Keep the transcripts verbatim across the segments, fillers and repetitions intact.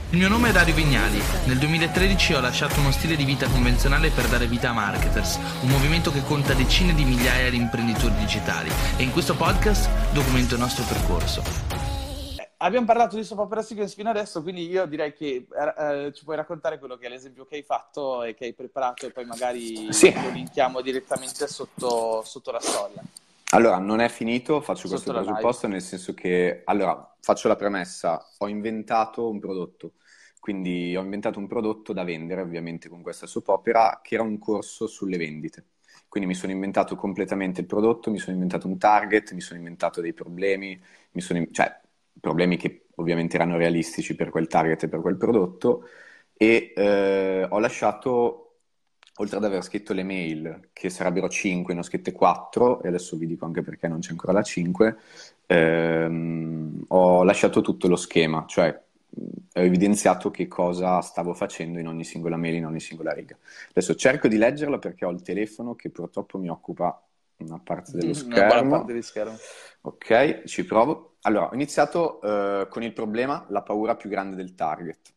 Il mio nome è Dario Vignali. Nel duemilatredici ho lasciato uno stile di vita convenzionale per dare vita a Marketers, un movimento che conta decine di migliaia di imprenditori digitali, e in questo podcast documento il nostro percorso. Abbiamo parlato di soap opera sequence fino adesso, quindi io direi che eh, ci puoi raccontare quello che è l'esempio che hai fatto e che hai preparato, e poi magari Sì. lo linkiamo direttamente sotto, sotto la storia. Allora, non è finito, faccio Sotto questo la presupposto, nel senso che, allora, faccio la premessa, ho inventato un prodotto, quindi ho inventato un prodotto da vendere, ovviamente con questa soap opera, che era un corso sulle vendite. Quindi mi sono inventato completamente il prodotto, mi sono inventato un target, mi sono inventato dei problemi, mi sono, cioè, problemi che ovviamente erano realistici per quel target e per quel prodotto, e eh, ho lasciato... Oltre ad aver scritto le mail, che sarebbero cinque, ne ho scritte quattro, e adesso vi dico anche perché non c'è ancora la cinque, ehm, ho lasciato tutto lo schema, cioè ho evidenziato che cosa stavo facendo in ogni singola mail, in ogni singola riga. Adesso cerco di leggerlo perché ho il telefono che purtroppo mi occupa una parte dello schermo. Una buona parte di schermo. Ok, ci provo. Allora, ho iniziato eh, con il problema, la paura più grande del target.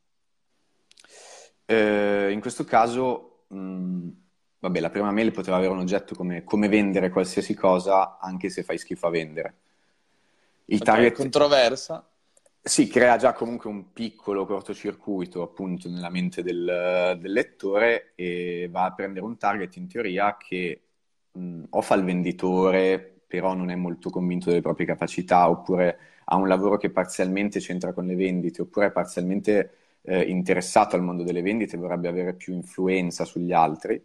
Eh, in questo caso... Mm, vabbè, la prima mail poteva avere un oggetto come come vendere qualsiasi cosa, anche se fai schifo a vendere. Il Ok, target controversa. si crea già comunque un piccolo cortocircuito appunto nella mente del, del lettore, e va a prendere un target in teoria che mh, o fa il venditore, però non è molto convinto delle proprie capacità, oppure ha un lavoro che parzialmente c'entra con le vendite, oppure è parzialmente eh, interessato al mondo delle vendite e vorrebbe avere più influenza sugli altri.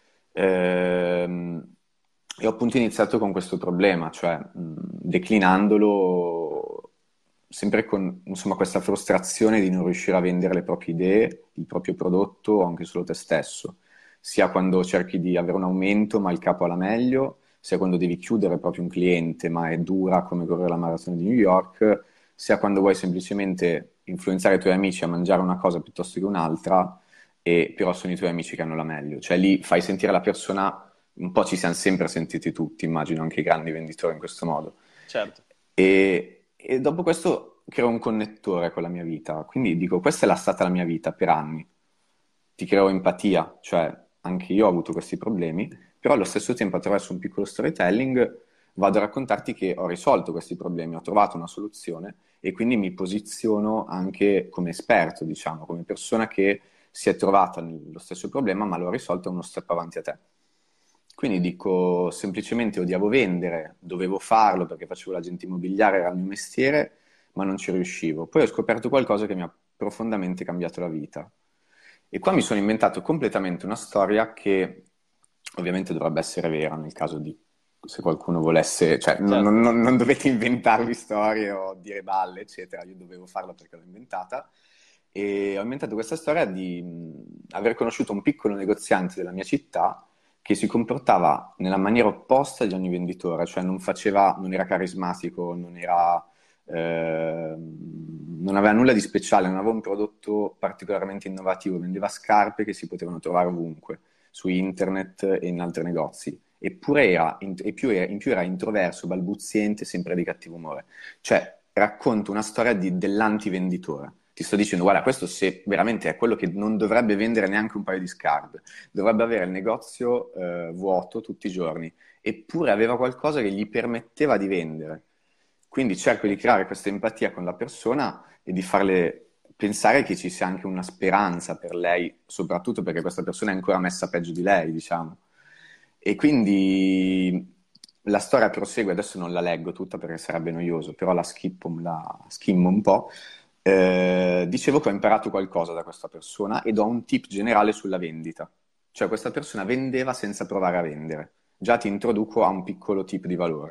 Ehm, e ho appunto iniziato con questo problema, cioè mh, declinandolo sempre con insomma questa frustrazione di non riuscire a vendere le proprie idee, il proprio prodotto o anche solo te stesso, sia quando cerchi di avere un aumento ma il capo alla meglio, sia quando devi chiudere proprio un cliente ma è dura come correre la maratona di New York, sia quando vuoi semplicemente influenzare i tuoi amici a mangiare una cosa piuttosto che un'altra, e però sono i tuoi amici che hanno la meglio. Cioè lì fai sentire la persona, un po' ci siamo sempre sentiti tutti, immagino anche i grandi venditori in questo modo. Certo. E, e dopo questo creo un connettore con la mia vita, quindi dico, questa è la stata la mia vita per anni. Ti creo empatia, cioè anche io ho avuto questi problemi, però allo stesso tempo attraverso un piccolo storytelling vado a raccontarti che ho risolto questi problemi, ho trovato una soluzione, e quindi mi posiziono anche come esperto, diciamo, come persona che si è trovata nello stesso problema ma lo ha risolto uno step avanti a te. Quindi dico, semplicemente odiavo vendere, dovevo farlo perché facevo l'agente immobiliare, era il mio mestiere, ma non ci riuscivo. Poi ho scoperto qualcosa che mi ha profondamente cambiato la vita. E qua mi sono inventato completamente una storia che ovviamente dovrebbe essere vera nel caso di, se qualcuno volesse, cioè non, Certo. non- non dovete inventarvi storie o dire balle, eccetera, io dovevo farla perché l'ho inventata. E ho inventato questa storia di mh, aver conosciuto un piccolo negoziante della mia città che si comportava nella maniera opposta di ogni venditore, cioè non faceva, non era carismatico, non era, eh, non aveva nulla di speciale, non aveva un prodotto particolarmente innovativo, vendeva scarpe che si potevano trovare ovunque, su internet e in altri negozi. Eppure era, in, e più era, in più era introverso, balbuziente, sempre di cattivo umore. Cioè, racconto una storia di, dell'antivenditore. Ti sto dicendo, guarda, questo se veramente è quello che non dovrebbe vendere neanche un paio di scarpe, dovrebbe avere il negozio eh, vuoto tutti i giorni, eppure aveva qualcosa che gli permetteva di vendere. Quindi cerco di creare questa empatia con la persona e di farle pensare che ci sia anche una speranza per lei, soprattutto perché questa persona è ancora messa peggio di lei, diciamo. E quindi la storia prosegue, adesso non la leggo tutta perché sarebbe noioso, però la schippo, la schimmo un po'. Eh, dicevo che ho imparato qualcosa da questa persona ed ho un tip generale sulla vendita. Cioè questa persona vendeva senza provare a vendere. Già ti introduco a un piccolo tip di valore.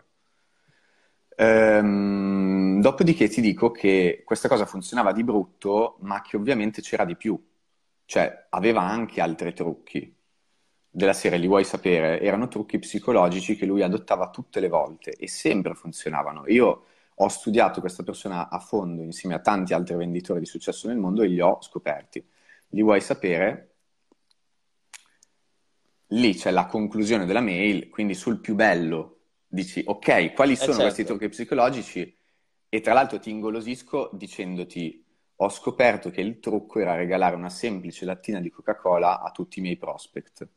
Ehm, dopodiché ti dico che questa cosa funzionava di brutto, ma che ovviamente c'era di più. Cioè aveva anche altri trucchi. Della serie, li vuoi sapere? Erano trucchi psicologici che lui adottava tutte le volte e sempre funzionavano. Io ho studiato questa persona a fondo insieme a tanti altri venditori di successo nel mondo e li ho scoperti. Li vuoi sapere? Lì c'è la conclusione della mail, quindi sul più bello dici, ok, quali Eh sono questi certo. trucchi psicologici? E tra l'altro ti ingolosisco dicendoti, ho scoperto che il trucco era regalare una semplice lattina di Coca-Cola a tutti i miei prospect.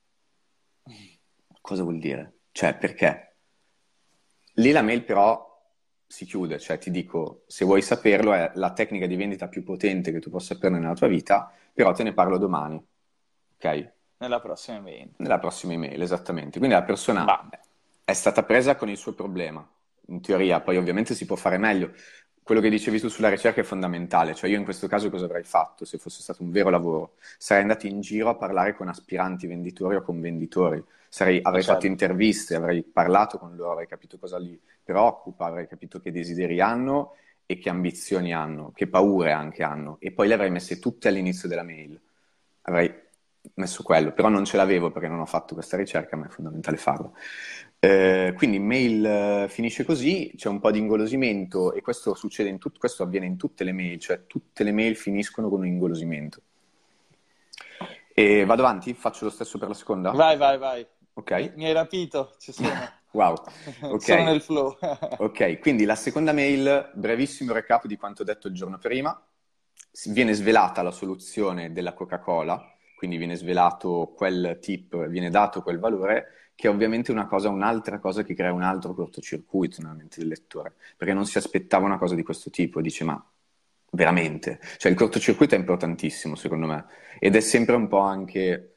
Cosa vuol dire? Cioè, perché? Lì la mail però si chiude, cioè ti dico, se vuoi saperlo, è la tecnica di vendita più potente che tu possa sapere nella tua vita, però te ne parlo domani, ok? Nella prossima email. Nella prossima email, esattamente. Quindi la persona Bah. è stata presa con il suo problema, in teoria, poi ovviamente si può fare meglio. Quello che dicevi tu sulla ricerca è fondamentale, cioè io in questo caso cosa avrei fatto se fosse stato un vero lavoro? Sarei andato in giro a parlare con aspiranti venditori o con venditori, sarei, avrei Certo. fatto interviste, avrei parlato con loro, avrei capito cosa li preoccupa, avrei capito che desideri hanno e che ambizioni hanno, che paure anche hanno, e poi le avrei messe tutte all'inizio della mail. Avrei messo quello, però non ce l'avevo perché non ho fatto questa ricerca, ma è fondamentale farlo. Eh, quindi mail eh, finisce così, c'è un po' di ingolosimento e questo succede in tut- questo avviene in tutte le mail, cioè tutte le mail finiscono con un ingolosimento. E vado avanti? Faccio lo stesso per la seconda? Vai, vai, vai. Ok. Mi, mi hai rapito, ci sono. Wow, ok. Sono nel flow. Ok, quindi la seconda mail, brevissimo recap di quanto detto il giorno prima. Viene svelata la soluzione della Coca-Cola, quindi viene svelato quel tip, viene dato quel valore, che è ovviamente una cosa, un'altra cosa che crea un altro cortocircuito nella mente del lettore, perché non si aspettava una cosa di questo tipo, e dice ma veramente? Cioè il cortocircuito è importantissimo secondo me, ed è sempre un po' anche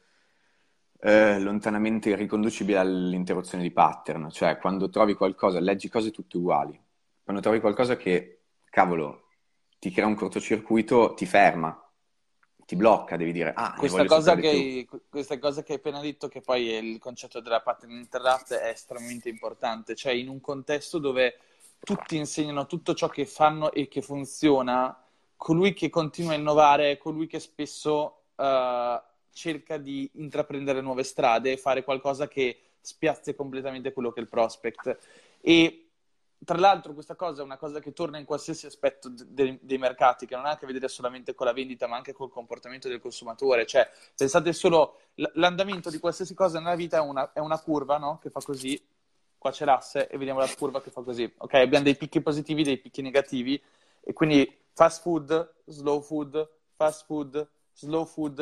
eh, lontanamente riconducibile all'interruzione di pattern, cioè quando trovi qualcosa, leggi cose tutte uguali, quando trovi qualcosa che, cavolo, ti crea un cortocircuito, ti ferma, ti blocca, devi dire, ah, ne Questa voglio cosa, sapere che di più. hai, questa cosa che hai appena detto, che poi è il concetto della pattern interrupt, è estremamente importante. Cioè, in un contesto dove tutti insegnano tutto ciò che fanno e che funziona, colui che continua a innovare è colui che spesso eh, cerca di intraprendere nuove strade e fare qualcosa che spiazzi completamente quello che è il prospect. E tra l'altro questa cosa è una cosa che torna in qualsiasi aspetto de- dei mercati, che non ha a che vedere solamente con la vendita, ma anche col comportamento del consumatore. Cioè, pensate solo, l- l'andamento di qualsiasi cosa nella vita è una, è una curva, no? Che fa così, qua c'è l'asse e vediamo la curva che fa così. Ok, abbiamo dei picchi positivi, dei picchi negativi, e quindi fast food, slow food, fast food, slow food,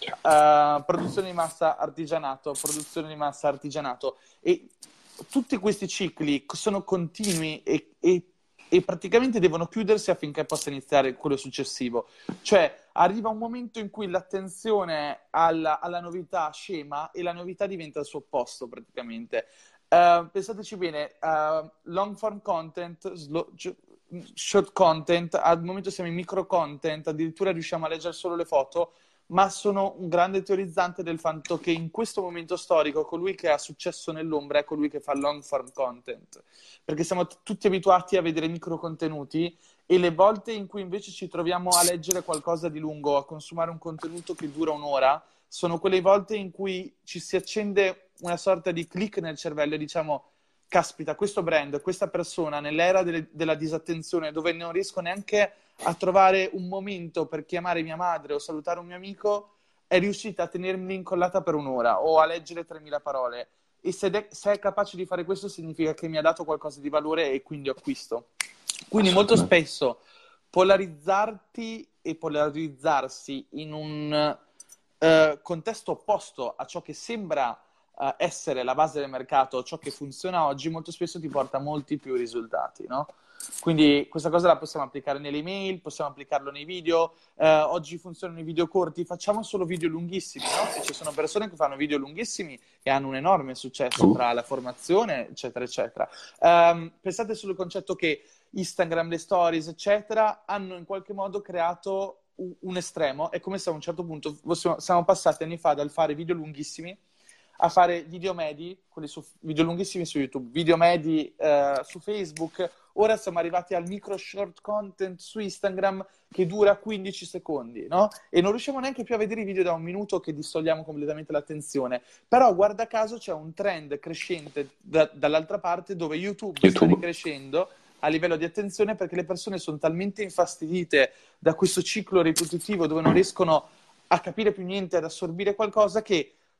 uh, produzione di massa, artigianato, produzione di massa, artigianato. E tutti questi cicli sono continui e, e, e praticamente devono chiudersi affinché possa iniziare quello successivo. Cioè, arriva un momento in cui l'attenzione alla, alla novità scema e la novità diventa il suo opposto, praticamente. Uh, pensateci bene, uh, long form content, slow, short content, al momento siamo in micro content, addirittura riusciamo a leggere solo le foto, ma sono un grande teorizzante del fatto che in questo momento storico colui che ha successo nell'ombra è colui che fa long form content, perché siamo t- tutti abituati a vedere micro contenuti, e le volte in cui invece ci troviamo a leggere qualcosa di lungo, a consumare un contenuto che dura un'ora, sono quelle volte in cui ci si accende una sorta di click nel cervello e diciamo: caspita, questo brand, questa persona nell'era delle, della disattenzione, dove non riesco neanche a trovare un momento per chiamare mia madre o salutare un mio amico, è riuscita a tenermi incollata per un'ora o a leggere tremila parole. E se è, se è capace di fare questo significa che mi ha dato qualcosa di valore e quindi acquisto. Quindi molto spesso polarizzarti e polarizzarsi in un uh, contesto opposto a ciò che sembra uh, essere la base del mercato, ciò che funziona oggi, molto spesso ti porta molti più risultati, no? Quindi questa cosa la possiamo applicare nelle email, possiamo applicarlo nei video. Eh, oggi funzionano i video corti, facciamo solo video lunghissimi, no? E ci sono persone che fanno video lunghissimi e hanno un enorme successo Uh. tra la formazione, eccetera, eccetera. Um, pensate sul concetto che Instagram, le stories, eccetera, hanno in qualche modo creato un, un estremo. È come se a un certo punto siamo passati anni fa dal fare video lunghissimi a fare video medi, quelli su, video lunghissimi su YouTube, video medi eh, su Facebook. Ora siamo arrivati al micro short content su Instagram che dura quindici secondi, no? E non riusciamo neanche più a vedere i video da un minuto, che distogliamo completamente l'attenzione. Però guarda caso c'è un trend crescente da, dall'altra parte, dove YouTube, YouTube sta ricrescendo a livello di attenzione, perché le persone sono talmente infastidite da questo ciclo ripetitivo dove non riescono a capire più niente, ad assorbire qualcosa, che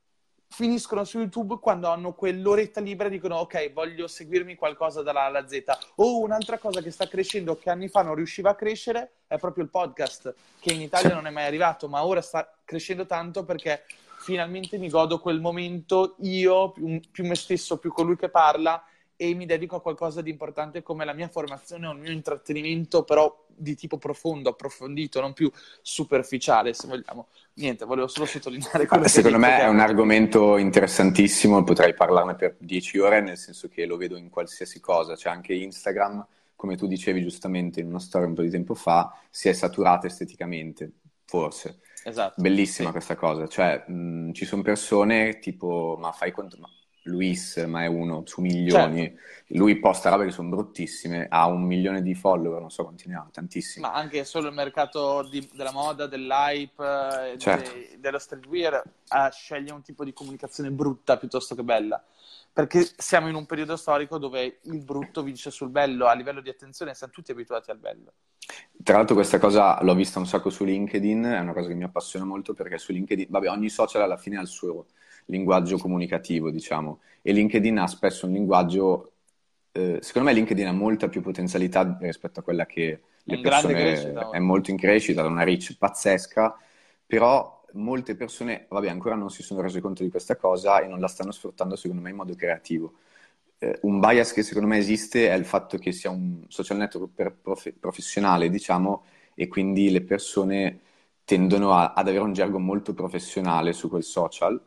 finiscono su YouTube quando hanno quell'oretta libera e dicono ok, voglio seguirmi qualcosa dalla A alla Z. O un'altra cosa che sta crescendo, che anni fa non riusciva a crescere, è proprio il podcast, che in Italia Sì. non è mai arrivato, ma ora sta crescendo tanto perché finalmente mi godo quel momento io, più, più me stesso, più colui che parla, e mi dedico a qualcosa di importante come la mia formazione o il mio intrattenimento, però di tipo profondo, approfondito, non più superficiale, se vogliamo. Niente, volevo solo sottolineare quello che Secondo hai detto, me che è un una- argomento interessantissimo, potrei parlarne per dieci ore, nel senso che lo vedo in qualsiasi cosa. C'è anche Instagram, come tu dicevi giustamente in una storia un po' di tempo fa, si è saturata esteticamente, forse. Esatto, Bellissima sì. questa cosa, cioè mh, ci sono persone tipo, ma fai conto, ma Luis, ma è uno su milioni, Certo, lui posta robe che sono bruttissime, ha un milione di follower, non so quanti ne ha, tantissimi. ma anche solo il mercato di- della moda, dell'hype, eh, Certo. de- dello streetwear, eh, sceglie un tipo di comunicazione brutta piuttosto che bella. Perché siamo in un periodo storico dove il brutto vince sul bello, a livello di attenzione siamo tutti abituati al bello. Tra l'altro questa cosa l'ho vista un sacco su LinkedIn, è una cosa che mi appassiona molto perché su LinkedIn, vabbè, ogni social alla fine ha il suo linguaggio comunicativo, diciamo, e LinkedIn ha spesso un linguaggio, eh, secondo me LinkedIn ha molta più potenzialità rispetto a quella che È le in grande persone, crescita è ora. molto in crescita, ha una reach pazzesca, però molte persone, vabbè, ancora non si sono rese conto di questa cosa e non la stanno sfruttando secondo me in modo creativo. Eh, un bias che secondo me esiste è il fatto che sia un social network per prof- professionale, diciamo, e quindi le persone tendono a- ad avere un gergo molto professionale su quel social,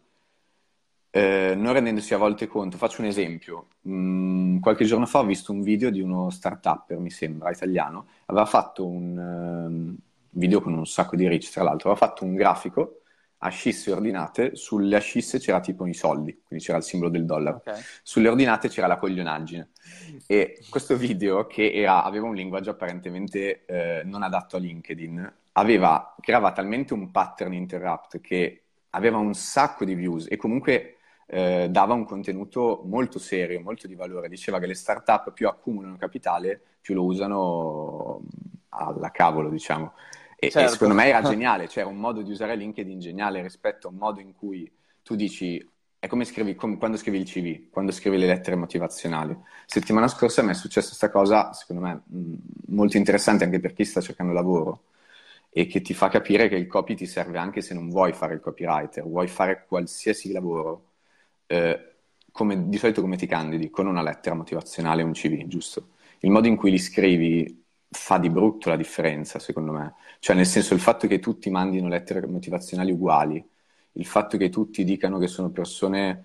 eh, non rendendosi a volte conto. Faccio un esempio. Mm, qualche giorno fa ho visto un video di uno start-upper, mi sembra, italiano. Aveva fatto un ehm, video con un sacco di reach, tra l'altro. Aveva fatto un grafico a ascisse ordinate. Sulle ascisse c'era tipo i soldi, quindi c'era il simbolo del dollaro. Ok. Sulle ordinate c'era la coglionaggine. E questo video, che era- aveva un linguaggio apparentemente eh, non adatto a LinkedIn, aveva, creava talmente un pattern interrupt che aveva un sacco di views e comunque eh, dava un contenuto molto serio, molto di valore. Diceva che le startup più accumulano capitale, più lo usano alla cavolo, diciamo. E, e Certo. secondo me era geniale, cioè era un modo di usare LinkedIn geniale rispetto a un modo in cui tu dici, è come scrivi, come quando scrivi il C V, quando scrivi le lettere motivazionali. Settimana scorsa mi è successa questa cosa, secondo me, mh, molto interessante anche per chi sta cercando lavoro e che ti fa capire che il copy ti serve anche se non vuoi fare il copywriter, vuoi fare qualsiasi lavoro, eh, come, di solito come ti candidi? Con una lettera motivazionale e un C V, giusto? Il modo in cui li scrivi fa di brutto la differenza, secondo me. Cioè, nel senso, il fatto che tutti mandino lettere motivazionali uguali, il fatto che tutti dicano che sono persone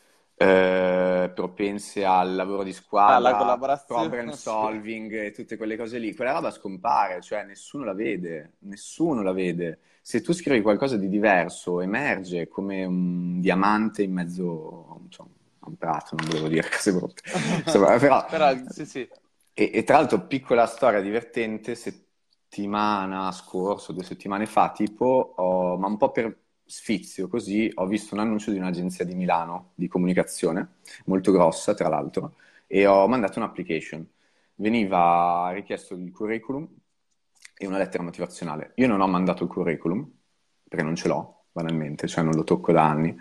eh, propense al lavoro di Alla squadra, collaborazione, problem sì. solving e tutte quelle cose lì, quella roba scompare, cioè nessuno la vede, nessuno la vede. Se tu scrivi qualcosa di diverso, emerge come un diamante in mezzo insomma, a un prato, non volevo dire cose brutte. Insomma, però, Però, sì, sì. e, e tra l'altro, piccola storia divertente, settimana scorsa, due settimane fa, tipo, ho- ma un po' per sfizio così, ho visto un annuncio di un'agenzia di Milano di comunicazione, molto grossa tra l'altro, e ho mandato un'application. Veniva richiesto il curriculum e una lettera motivazionale. Io non ho mandato il curriculum, perché non ce l'ho, banalmente, cioè non lo tocco da anni,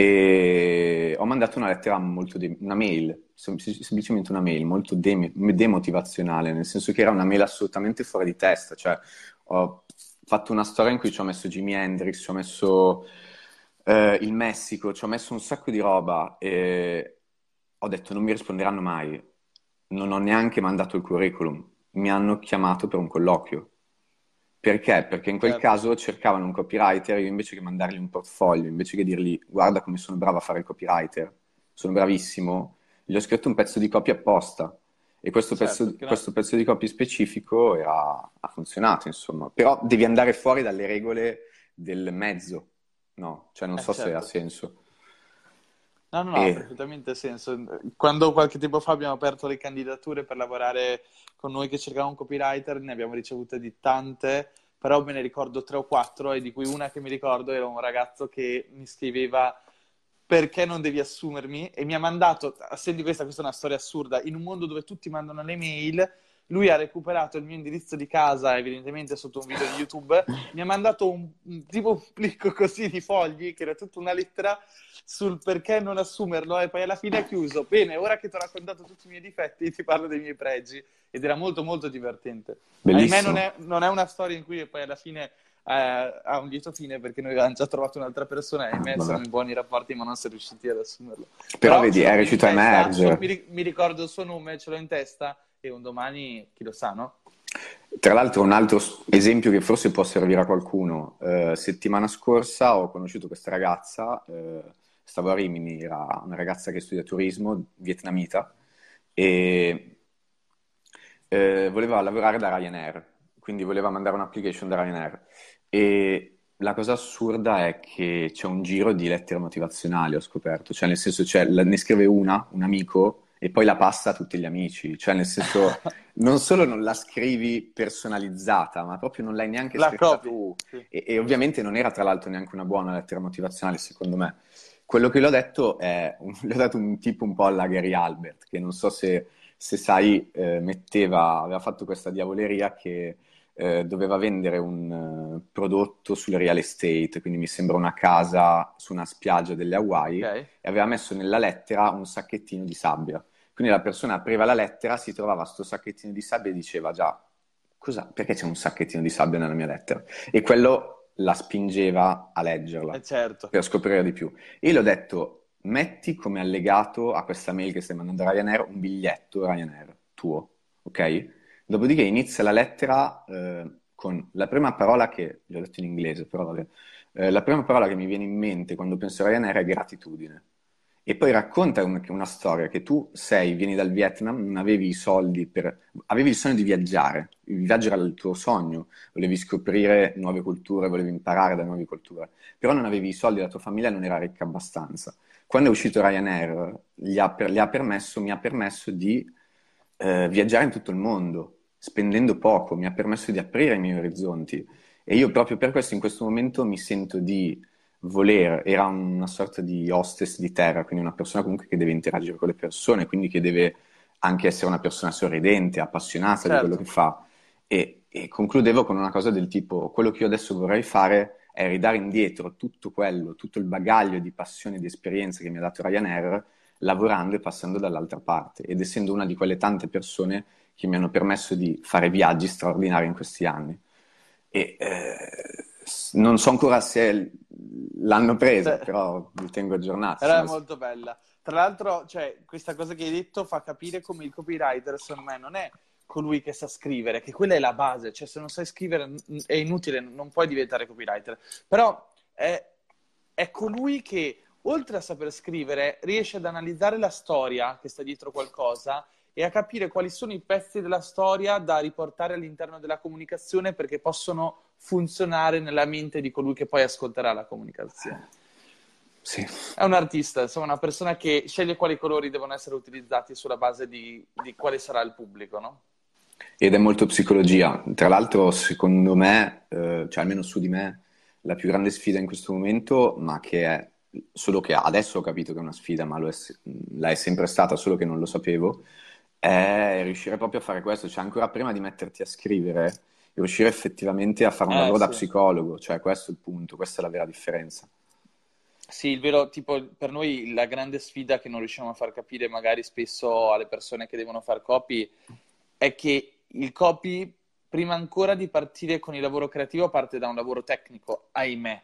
e ho mandato una lettera molto, de- una mail, sem- semplicemente una mail molto de- demotivazionale, nel senso che era una mail assolutamente fuori di testa, cioè ho fatto una storia in cui ci ho messo Jimi Hendrix, ci ho messo eh, il Messico, ci ho messo un sacco di roba e ho detto non mi risponderanno mai, non ho neanche mandato il curriculum, mi hanno chiamato per un colloquio. Perché? Perché in quel Certo. caso cercavano un copywriter, io invece che mandargli un portfolio, invece che dirgli guarda come sono bravo a fare il copywriter, sono bravissimo, gli ho scritto un pezzo di copy apposta e questo Certo, pezzo, che no- questo pezzo di copy specifico era- ha funzionato, insomma. Però devi andare fuori dalle regole del mezzo, no? Cioè non eh, so se ha certo. senso. No, no, no, ha E perfettamente senso. Quando qualche tempo fa abbiamo aperto le candidature per lavorare con noi che cercavamo un copywriter, ne abbiamo ricevute di tante, però me ne ricordo tre o quattro e di cui una che mi ricordo era un ragazzo che mi scriveva perché non devi assumermi? E mi ha mandato, senti questa, questa è una storia assurda, in un mondo dove tutti mandano le mail, lui ha recuperato il mio indirizzo di casa, evidentemente sotto un video di YouTube, mi ha mandato un, un tipo un plico così di fogli, che era tutta una lettera sul perché non assumerlo, e poi alla fine ha chiuso: bene, ora che ti ho raccontato tutti i miei difetti, ti parlo dei miei pregi, ed era molto molto divertente. Bellissimo. Ahimè non è, non è una storia in cui poi alla fine eh, ha un lieto fine, perché noi avevamo già trovato un'altra persona, e ahimè siamo in buoni rapporti, ma non si è riusciti ad assumerlo. Però, Però vedi, ce l'ho è riuscito a in testa, emergere. mi, ri- mi ricordo il suo nome, ce l'ho in testa, e un domani, chi lo sa, no? Tra l'altro, un altro s- esempio che forse può servire a qualcuno. Eh, settimana scorsa ho conosciuto questa ragazza, eh, stavo a Rimini, era una ragazza che studia turismo, vietnamita, e eh, voleva lavorare da Ryanair, quindi voleva mandare un'application da Ryanair. E la cosa assurda è che c'è un giro di lettere motivazionali, ho scoperto, cioè nel senso, c'è- la- ne scrive una, un amico, e poi la passa a tutti gli amici, cioè nel senso, non solo non la scrivi personalizzata, ma proprio non l'hai neanche La scritta copy. tu. Sì. E, e ovviamente non era tra l'altro neanche una buona lettera motivazionale, secondo me. Quello che l'ho detto è, un- gli ho dato un tipo un po' alla Gary Albert, che non so se, se sai, eh, metteva, aveva fatto questa diavoleria che eh, doveva vendere un eh, prodotto sul real estate, quindi mi sembra una casa su una spiaggia delle Hawaii, Ok. e aveva messo nella lettera un sacchettino di sabbia. Quindi la persona apriva la lettera, si trovava sto sacchettino di sabbia e diceva: già, cosa, perché c'è un sacchettino di sabbia nella mia lettera? E quello la spingeva a leggerla Eh certo. per scoprire di più. E io le ho detto: metti come allegato a questa mail che stai mandando a Ryanair un biglietto Ryanair tuo, ok? Dopodiché inizia la lettera eh, con la prima parola che, gli ho detto in inglese, però vabbè, eh, la prima parola che mi viene in mente quando penso a Ryanair è gratitudine. E poi racconta un- una storia che tu sei, vieni dal Vietnam, non avevi i soldi per... avevi il sogno di viaggiare, il viaggio era il tuo sogno, volevi scoprire nuove culture, volevi imparare da nuove culture, però non avevi i soldi, la tua famiglia non era ricca abbastanza. Quando è uscito Ryanair, gli ha, per- gli ha permesso, mi ha permesso di eh, viaggiare in tutto il mondo, spendendo poco, mi ha permesso di aprire i miei orizzonti. E io proprio per questo in questo momento mi sento di voler, era una sorta di hostess di terra, quindi una persona comunque che deve interagire con le persone, quindi che deve anche essere una persona sorridente, appassionata di quello che Certo. fa. E, e concludevo con una cosa del tipo: quello che io adesso vorrei fare è ridare indietro tutto quello, tutto il bagaglio di passione e di esperienza che mi ha dato Ryanair, lavorando e passando dall'altra parte, ed essendo una di quelle tante persone che mi hanno permesso di fare viaggi straordinari in questi anni. E eh, s- non so ancora se l'hanno presa, Cioè, però vi tengo aggiornati. era Sono- molto bella. Tra l'altro, cioè, questa cosa che hai detto fa capire come il copywriter, secondo me, non è colui che sa scrivere, che quella è la base. Cioè, se non sai scrivere n- è inutile, non puoi diventare copywriter. Però è, è colui che, oltre a saper scrivere, riesce ad analizzare la storia che sta dietro qualcosa e a capire quali sono i pezzi della storia da riportare all'interno della comunicazione, perché possono funzionare nella mente di colui che poi ascolterà la comunicazione. Sì. È un artista, insomma, una persona che sceglie quali colori devono essere utilizzati sulla base di, di quale sarà il pubblico, no? Ed è molto psicologia. Tra l'altro, secondo me, eh, cioè almeno su di me, la più grande sfida in questo momento, ma che è solo che adesso ho capito che è una sfida, ma lo è, se- la è sempre stata, solo che non lo sapevo, è riuscire proprio a fare questo. Cioè, ancora prima di metterti a scrivere, riuscire effettivamente a fare un Eh lavoro da sì. psicologo. Cioè, questo è il punto, questa è la vera differenza. Sì, il vero, tipo, per noi la grande sfida che non riusciamo a far capire magari spesso alle persone che devono fare copy è che il copy, prima ancora di partire con il lavoro creativo, parte da un lavoro tecnico, ahimè.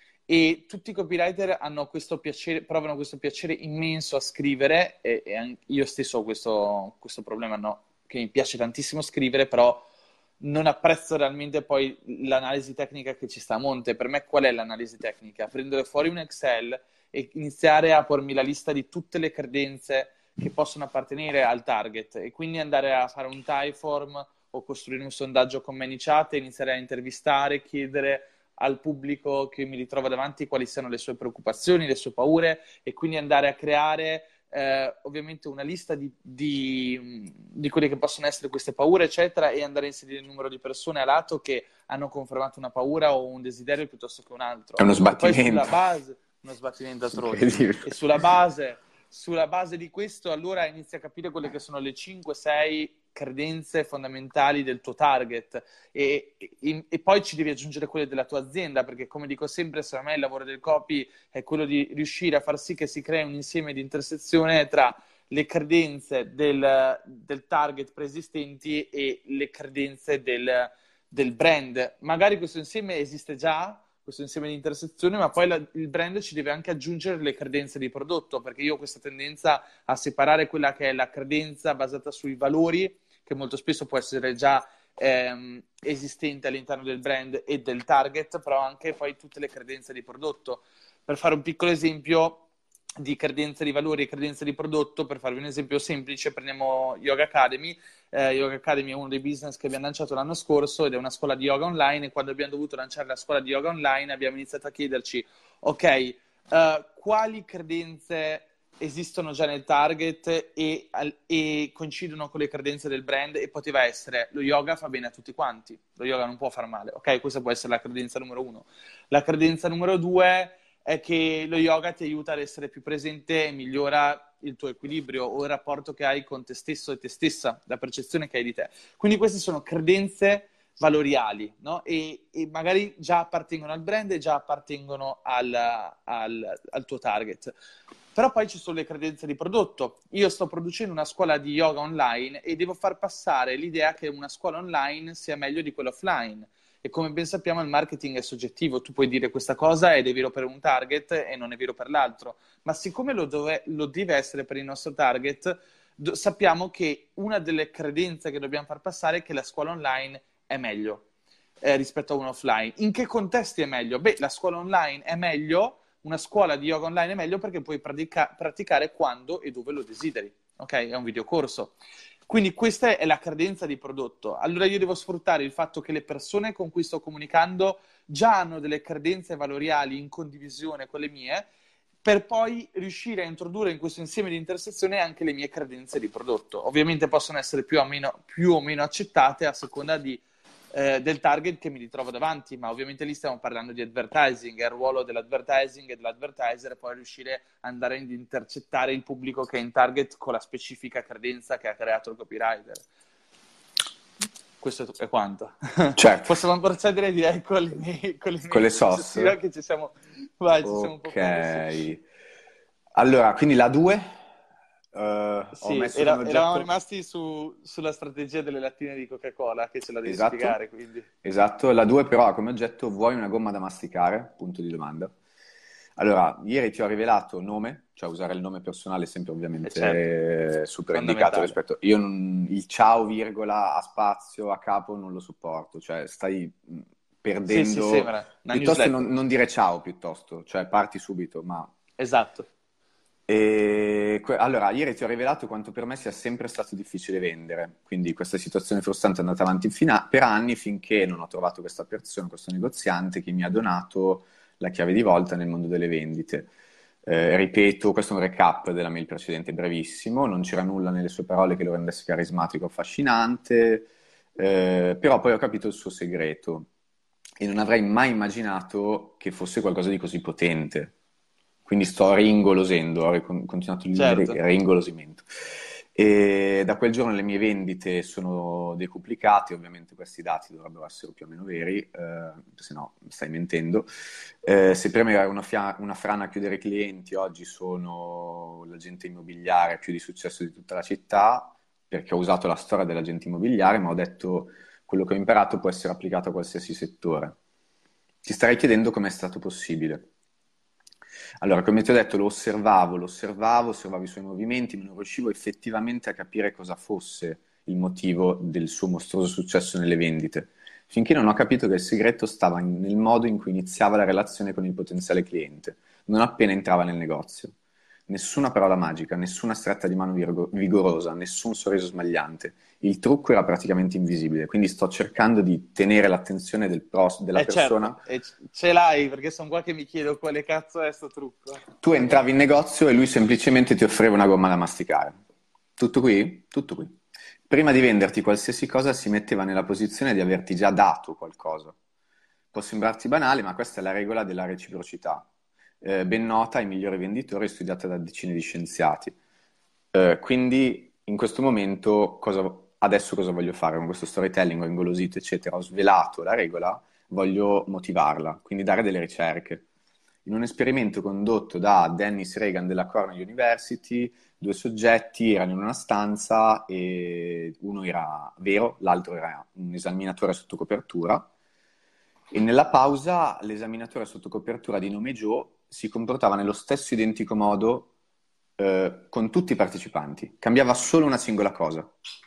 E tutti i copywriter hanno questo piacere, provano questo piacere immenso a scrivere, e, e an- io stesso ho questo, questo problema, no? Che mi piace tantissimo scrivere, però non apprezzo realmente poi l'analisi tecnica che ci sta a monte. Per me qual è l'analisi tecnica? Prendere fuori un Excel e iniziare a pormi la lista di tutte le credenze che possono appartenere al target, e quindi andare a fare un Typeform o costruire un sondaggio con ManyChat e iniziare a intervistare, chiedere al pubblico che mi ritrova davanti quali siano le sue preoccupazioni, le sue paure, e quindi andare a creare eh, ovviamente una lista di, di, di quelle che possono essere queste paure, eccetera, e andare a inserire il numero di persone a lato che hanno confermato una paura o un desiderio piuttosto che un altro. È uno E poi sulla sbattimento. base, uno sbattimento atroce. Incredibile. E sulla base, sulla base di questo, allora inizi a capire quelle che sono le cinque sei credenze fondamentali del tuo target e, e, e poi ci devi aggiungere quelle della tua azienda, perché come dico sempre, secondo me il lavoro del copy è quello di riuscire a far sì che si crei un insieme di intersezione tra le credenze del, del target preesistenti e le credenze del, del brand. Magari questo insieme esiste già, questo insieme di intersezioni, ma poi la, il brand ci deve anche aggiungere le credenze di prodotto, perché io ho questa tendenza a separare quella che è la credenza basata sui valori, che molto spesso può essere già ehm, esistente all'interno del brand e del target, però anche poi tutte le credenze di prodotto. Per fare un piccolo esempio di credenze di valori e credenze di prodotto, per farvi un esempio semplice, prendiamo Yoga Academy. Eh, Yoga Academy è uno dei business che abbiamo lanciato l'anno scorso ed è una scuola di yoga online, e quando abbiamo dovuto lanciare la scuola di yoga online abbiamo iniziato a chiederci, ok, uh, quali credenze esistono già nel target e, e coincidono con le credenze del brand, e poteva essere: lo yoga fa bene a tutti quanti, lo yoga non può far male, ok? Questa può essere la credenza numero uno. La credenza numero due è che lo yoga ti aiuta ad essere più presente e migliora il tuo equilibrio o il rapporto che hai con te stesso e te stessa, la percezione che hai di te. Quindi queste sono credenze valoriali, no? E, e magari già appartengono al brand e già appartengono al, al, al tuo target. Però poi ci sono le credenze di prodotto. Io sto producendo una scuola di yoga online e devo far passare l'idea che una scuola online sia meglio di quella offline. E come ben sappiamo il marketing è soggettivo, tu puoi dire questa cosa ed è vero per un target e non è vero per l'altro, ma siccome lo, dove, lo deve essere per il nostro target, do, sappiamo che una delle credenze che dobbiamo far passare è che la scuola online è meglio eh, rispetto a una offline. In che contesti è meglio? Beh, la scuola online è meglio, una scuola di yoga online è meglio perché puoi pratica- praticare quando e dove lo desideri, ok? È un videocorso. Quindi questa è la credenza di prodotto. Allora io devo sfruttare il fatto che le persone con cui sto comunicando già hanno delle credenze valoriali in condivisione con le mie, per poi riuscire a introdurre in questo insieme di intersezioni anche le mie credenze di prodotto. Ovviamente possono essere più o meno, più o meno accettate a seconda di, eh, del target che mi ritrovo davanti, ma ovviamente lì stiamo parlando di advertising, è il ruolo dell'advertising e dell'advertiser poi riuscire ad andare ad intercettare il pubblico che è in target con la specifica credenza che ha creato il copywriter. Questo è quanto. Certo. Possiamo procedere direi con le mie, con le mie con le sauce. Che ci siamo, vai, ci ok. siamo un po' persi. Allora, quindi la due. Uh, sì, ho era, oggetto... eravamo rimasti su, sulla strategia delle lattine di Coca-Cola, che ce la devi esatto, spiegare, quindi. Esatto, la due però ha come oggetto: vuoi una gomma da masticare? Punto di domanda. Allora, ieri ti ho rivelato nome, cioè usare il nome personale sempre ovviamente certo. super indicato rispetto... Io non, il ciao, virgola, a spazio, a capo non lo sopporto, cioè stai perdendo... Sì, sì, sembra. Piuttosto non, non dire ciao, piuttosto, cioè parti subito, ma... Esatto. E, allora, ieri ti ho rivelato quanto per me sia sempre stato difficile vendere, quindi questa situazione frustrante è andata avanti fino per anni finché non ho trovato questa persona, questo negoziante che mi ha donato la chiave di volta nel mondo delle vendite. Eh, ripeto, questo è un recap della mail precedente brevissimo, non c'era nulla nelle sue parole che lo rendesse carismatico o affascinante, eh, però poi ho capito il suo segreto e non avrei mai immaginato che fosse qualcosa di così potente. Quindi sto ringolosendo, ho continuato il certo. ringolosimento. E da quel giorno le mie vendite sono decuplicate, ovviamente questi dati dovrebbero essere più o meno veri, eh, se no stai mentendo. Eh, se prima era una, fia- una frana a chiudere i clienti, oggi sono l'agente immobiliare più di successo di tutta la città, perché ho usato la storia dell'agente immobiliare, ma ho detto quello che ho imparato può essere applicato a qualsiasi settore. Ti starei chiedendo com'è stato possibile. Allora, come ti ho detto, lo osservavo, lo osservavo, osservavo i suoi movimenti, ma non riuscivo effettivamente a capire cosa fosse il motivo del suo mostruoso successo nelle vendite, finché non ho capito che il segreto stava nel modo in cui iniziava la relazione con il potenziale cliente, non appena entrava nel negozio. Nessuna parola magica, nessuna stretta di mano vigorosa, nessun sorriso smagliante. Il trucco era praticamente invisibile, quindi sto cercando di tenere l'attenzione del pros, della eh persona. Certo, e ce l'hai, perché sono qua che mi chiedo quale cazzo è sto trucco. Tu entravi in negozio e lui semplicemente ti offriva una gomma da masticare. Tutto qui? Tutto qui. Prima di venderti qualsiasi cosa si metteva nella posizione di averti già dato qualcosa. Può sembrarti banale, ma questa è la regola della reciprocità. Eh, ben nota ai migliori venditori, studiata da decine di scienziati. Eh, quindi in questo momento cosa adesso cosa voglio fare con questo storytelling, ho ingolosito, eccetera, ho svelato la regola, voglio motivarla, quindi dare delle ricerche. In un esperimento condotto da Dennis Regan della Cornell University, due soggetti erano in una stanza e uno era vero, l'altro era un esaminatore sotto copertura, e nella pausa l'esaminatore sotto copertura di nome Joe si comportava nello stesso identico modo eh, con tutti i partecipanti, cambiava solo una singola cosa.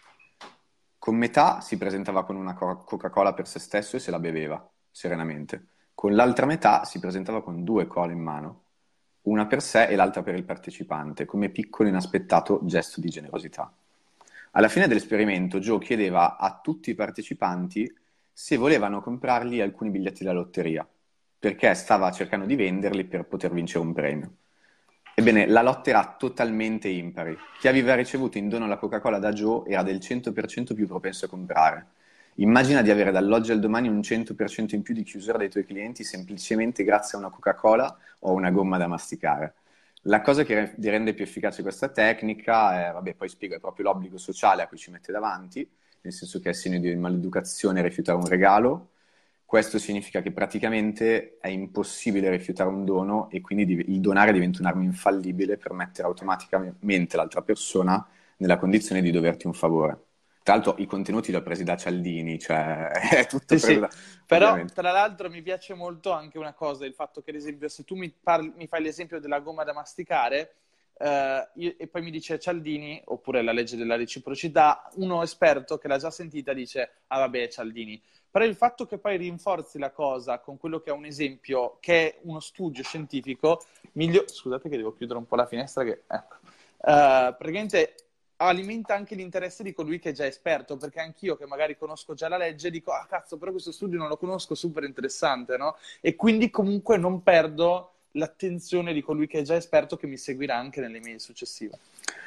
Con metà si presentava con una co- Coca-Cola per se stesso e se la beveva serenamente. Con l'altra metà si presentava con due cole in mano, una per sé e l'altra per il partecipante, come piccolo inaspettato gesto di generosità. Alla fine dell'esperimento Joe chiedeva a tutti i partecipanti se volevano comprargli alcuni biglietti della lotteria, perché stava cercando di venderli per poter vincere un premio. Ebbene, la lotta era totalmente impari. Chi aveva ricevuto in dono la Coca-Cola da Joe era del cento per cento più propenso a comprare. Immagina di avere dall'oggi al domani un cento per cento in più di chiusura dei tuoi clienti semplicemente grazie a una Coca-Cola o una gomma da masticare. La cosa che rende più efficace questa tecnica è, vabbè, poi spiego, è proprio l'obbligo sociale a cui ci mette davanti, nel senso che è segno di maleducazione rifiutare un regalo. Questo significa che praticamente è impossibile rifiutare un dono e quindi il donare diventa un'arma infallibile per mettere automaticamente l'altra persona nella condizione di doverti un favore. Tra l'altro i contenuti li ho presi da Cialdini, cioè è tutto sì, preso da... Sì. Però ovviamente. tra l'altro mi piace molto anche una cosa, il fatto che ad esempio se tu mi, parli, mi fai l'esempio della gomma da masticare eh, io, e poi mi dice Cialdini, oppure la legge della reciprocità, uno esperto che l'ha già sentita dice ah vabbè Cialdini. Però il fatto che poi rinforzi la cosa con quello che è un esempio, che è uno studio scientifico, miglior... scusate che devo chiudere un po' la finestra, che ecco, uh, praticamente alimenta anche l'interesse di colui che è già esperto, perché anch'io che magari conosco già la legge dico, ah cazzo, però questo studio non lo conosco, super interessante, no? E quindi comunque non perdo l'attenzione di colui che è già esperto che mi seguirà anche nelle mail successive.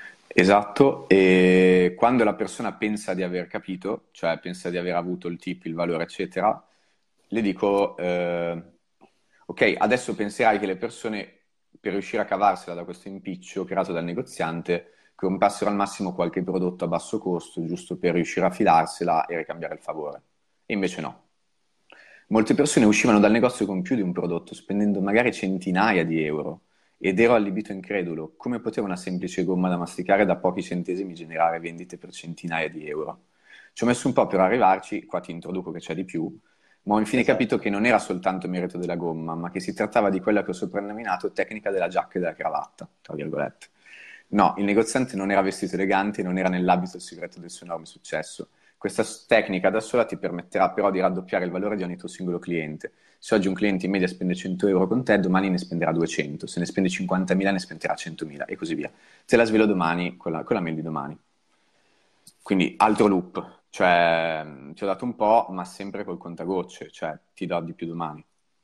Esatto, e quando la persona pensa di aver capito, cioè pensa di aver avuto il tip, il valore, eccetera, le dico, eh, ok, adesso penserai che le persone, per riuscire a cavarsela da questo impiccio creato dal negoziante, comprassero al massimo qualche prodotto a basso costo, giusto per riuscire a filarsela e ricambiare il favore. E invece no. Molte persone uscivano dal negozio con più di un prodotto, spendendo magari centinaia di euro. Ed ero allibito incredulo. Come poteva una semplice gomma da masticare da pochi centesimi generare vendite per centinaia di euro? Ci ho messo un po' per arrivarci, qua ti introduco che c'è di più, ma ho infine Esatto. capito che non era soltanto merito della gomma, ma che si trattava di quella che ho soprannominato tecnica della giacca e della cravatta, tra virgolette. No, il negoziante non era vestito elegante e non era nell'abito il segreto del suo enorme successo. Questa tecnica da sola ti permetterà però di raddoppiare il valore di ogni tuo singolo cliente. Se oggi un cliente in media spende cento euro con te, domani ne spenderà duecento, se ne spende cinquantamila ne spenderà centomila e così via. Te la svelo domani con la, con la mail di domani. Quindi altro loop, cioè ti ho dato un po', ma sempre col contagocce, cioè ti do di più domani.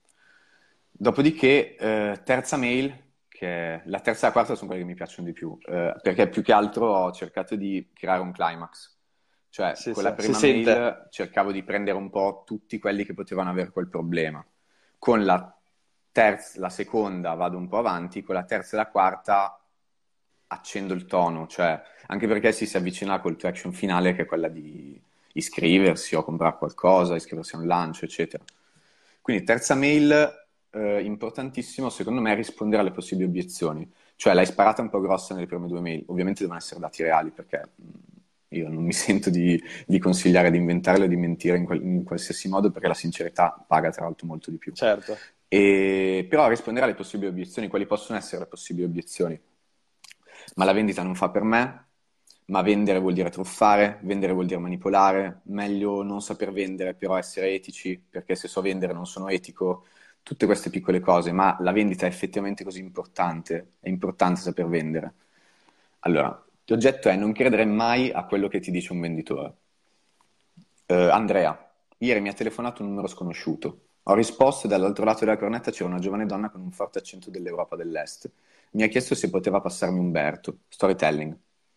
Dopodiché, eh, terza mail, che la terza e la quarta sono quelle che mi piacciono di più, eh, perché più che altro ho cercato di creare un climax. Cioè, Sì, con sì, la prima si mail sente. cercavo di prendere un po' tutti quelli che potevano avere quel problema. Con la terza, la seconda vado un po' avanti, con la terza e la quarta accendo il tono, cioè, anche perché si si avvicina col to action finale, che è quella di iscriversi o comprare qualcosa, iscriversi a un lancio, eccetera. Quindi terza mail, eh, importantissimo secondo me, è rispondere alle possibili obiezioni. Cioè, l'hai sparata un po' grossa nelle prime due mail, ovviamente devono essere dati reali, perché io non mi sento di, di consigliare di inventarle o di mentire in, qual- in qualsiasi modo, perché la sincerità paga tra l'altro molto di più. Certo. E, però rispondere alle possibili obiezioni, quali possono essere le possibili obiezioni? Ma la vendita non fa per me, ma vendere vuol dire truffare, vendere vuol dire manipolare, meglio non saper vendere però essere etici, perché se so vendere non sono etico, tutte queste piccole cose, ma la vendita è effettivamente così importante, è importante saper vendere. Allora, l'oggetto è non credere mai a quello che ti dice un venditore. Uh, Andrea, ieri mi ha telefonato un numero sconosciuto. Ho risposto e dall'altro lato della cornetta c'era una giovane donna con un forte accento dell'Europa dell'Est. Mi ha chiesto se poteva passarmi Umberto. Storytelling.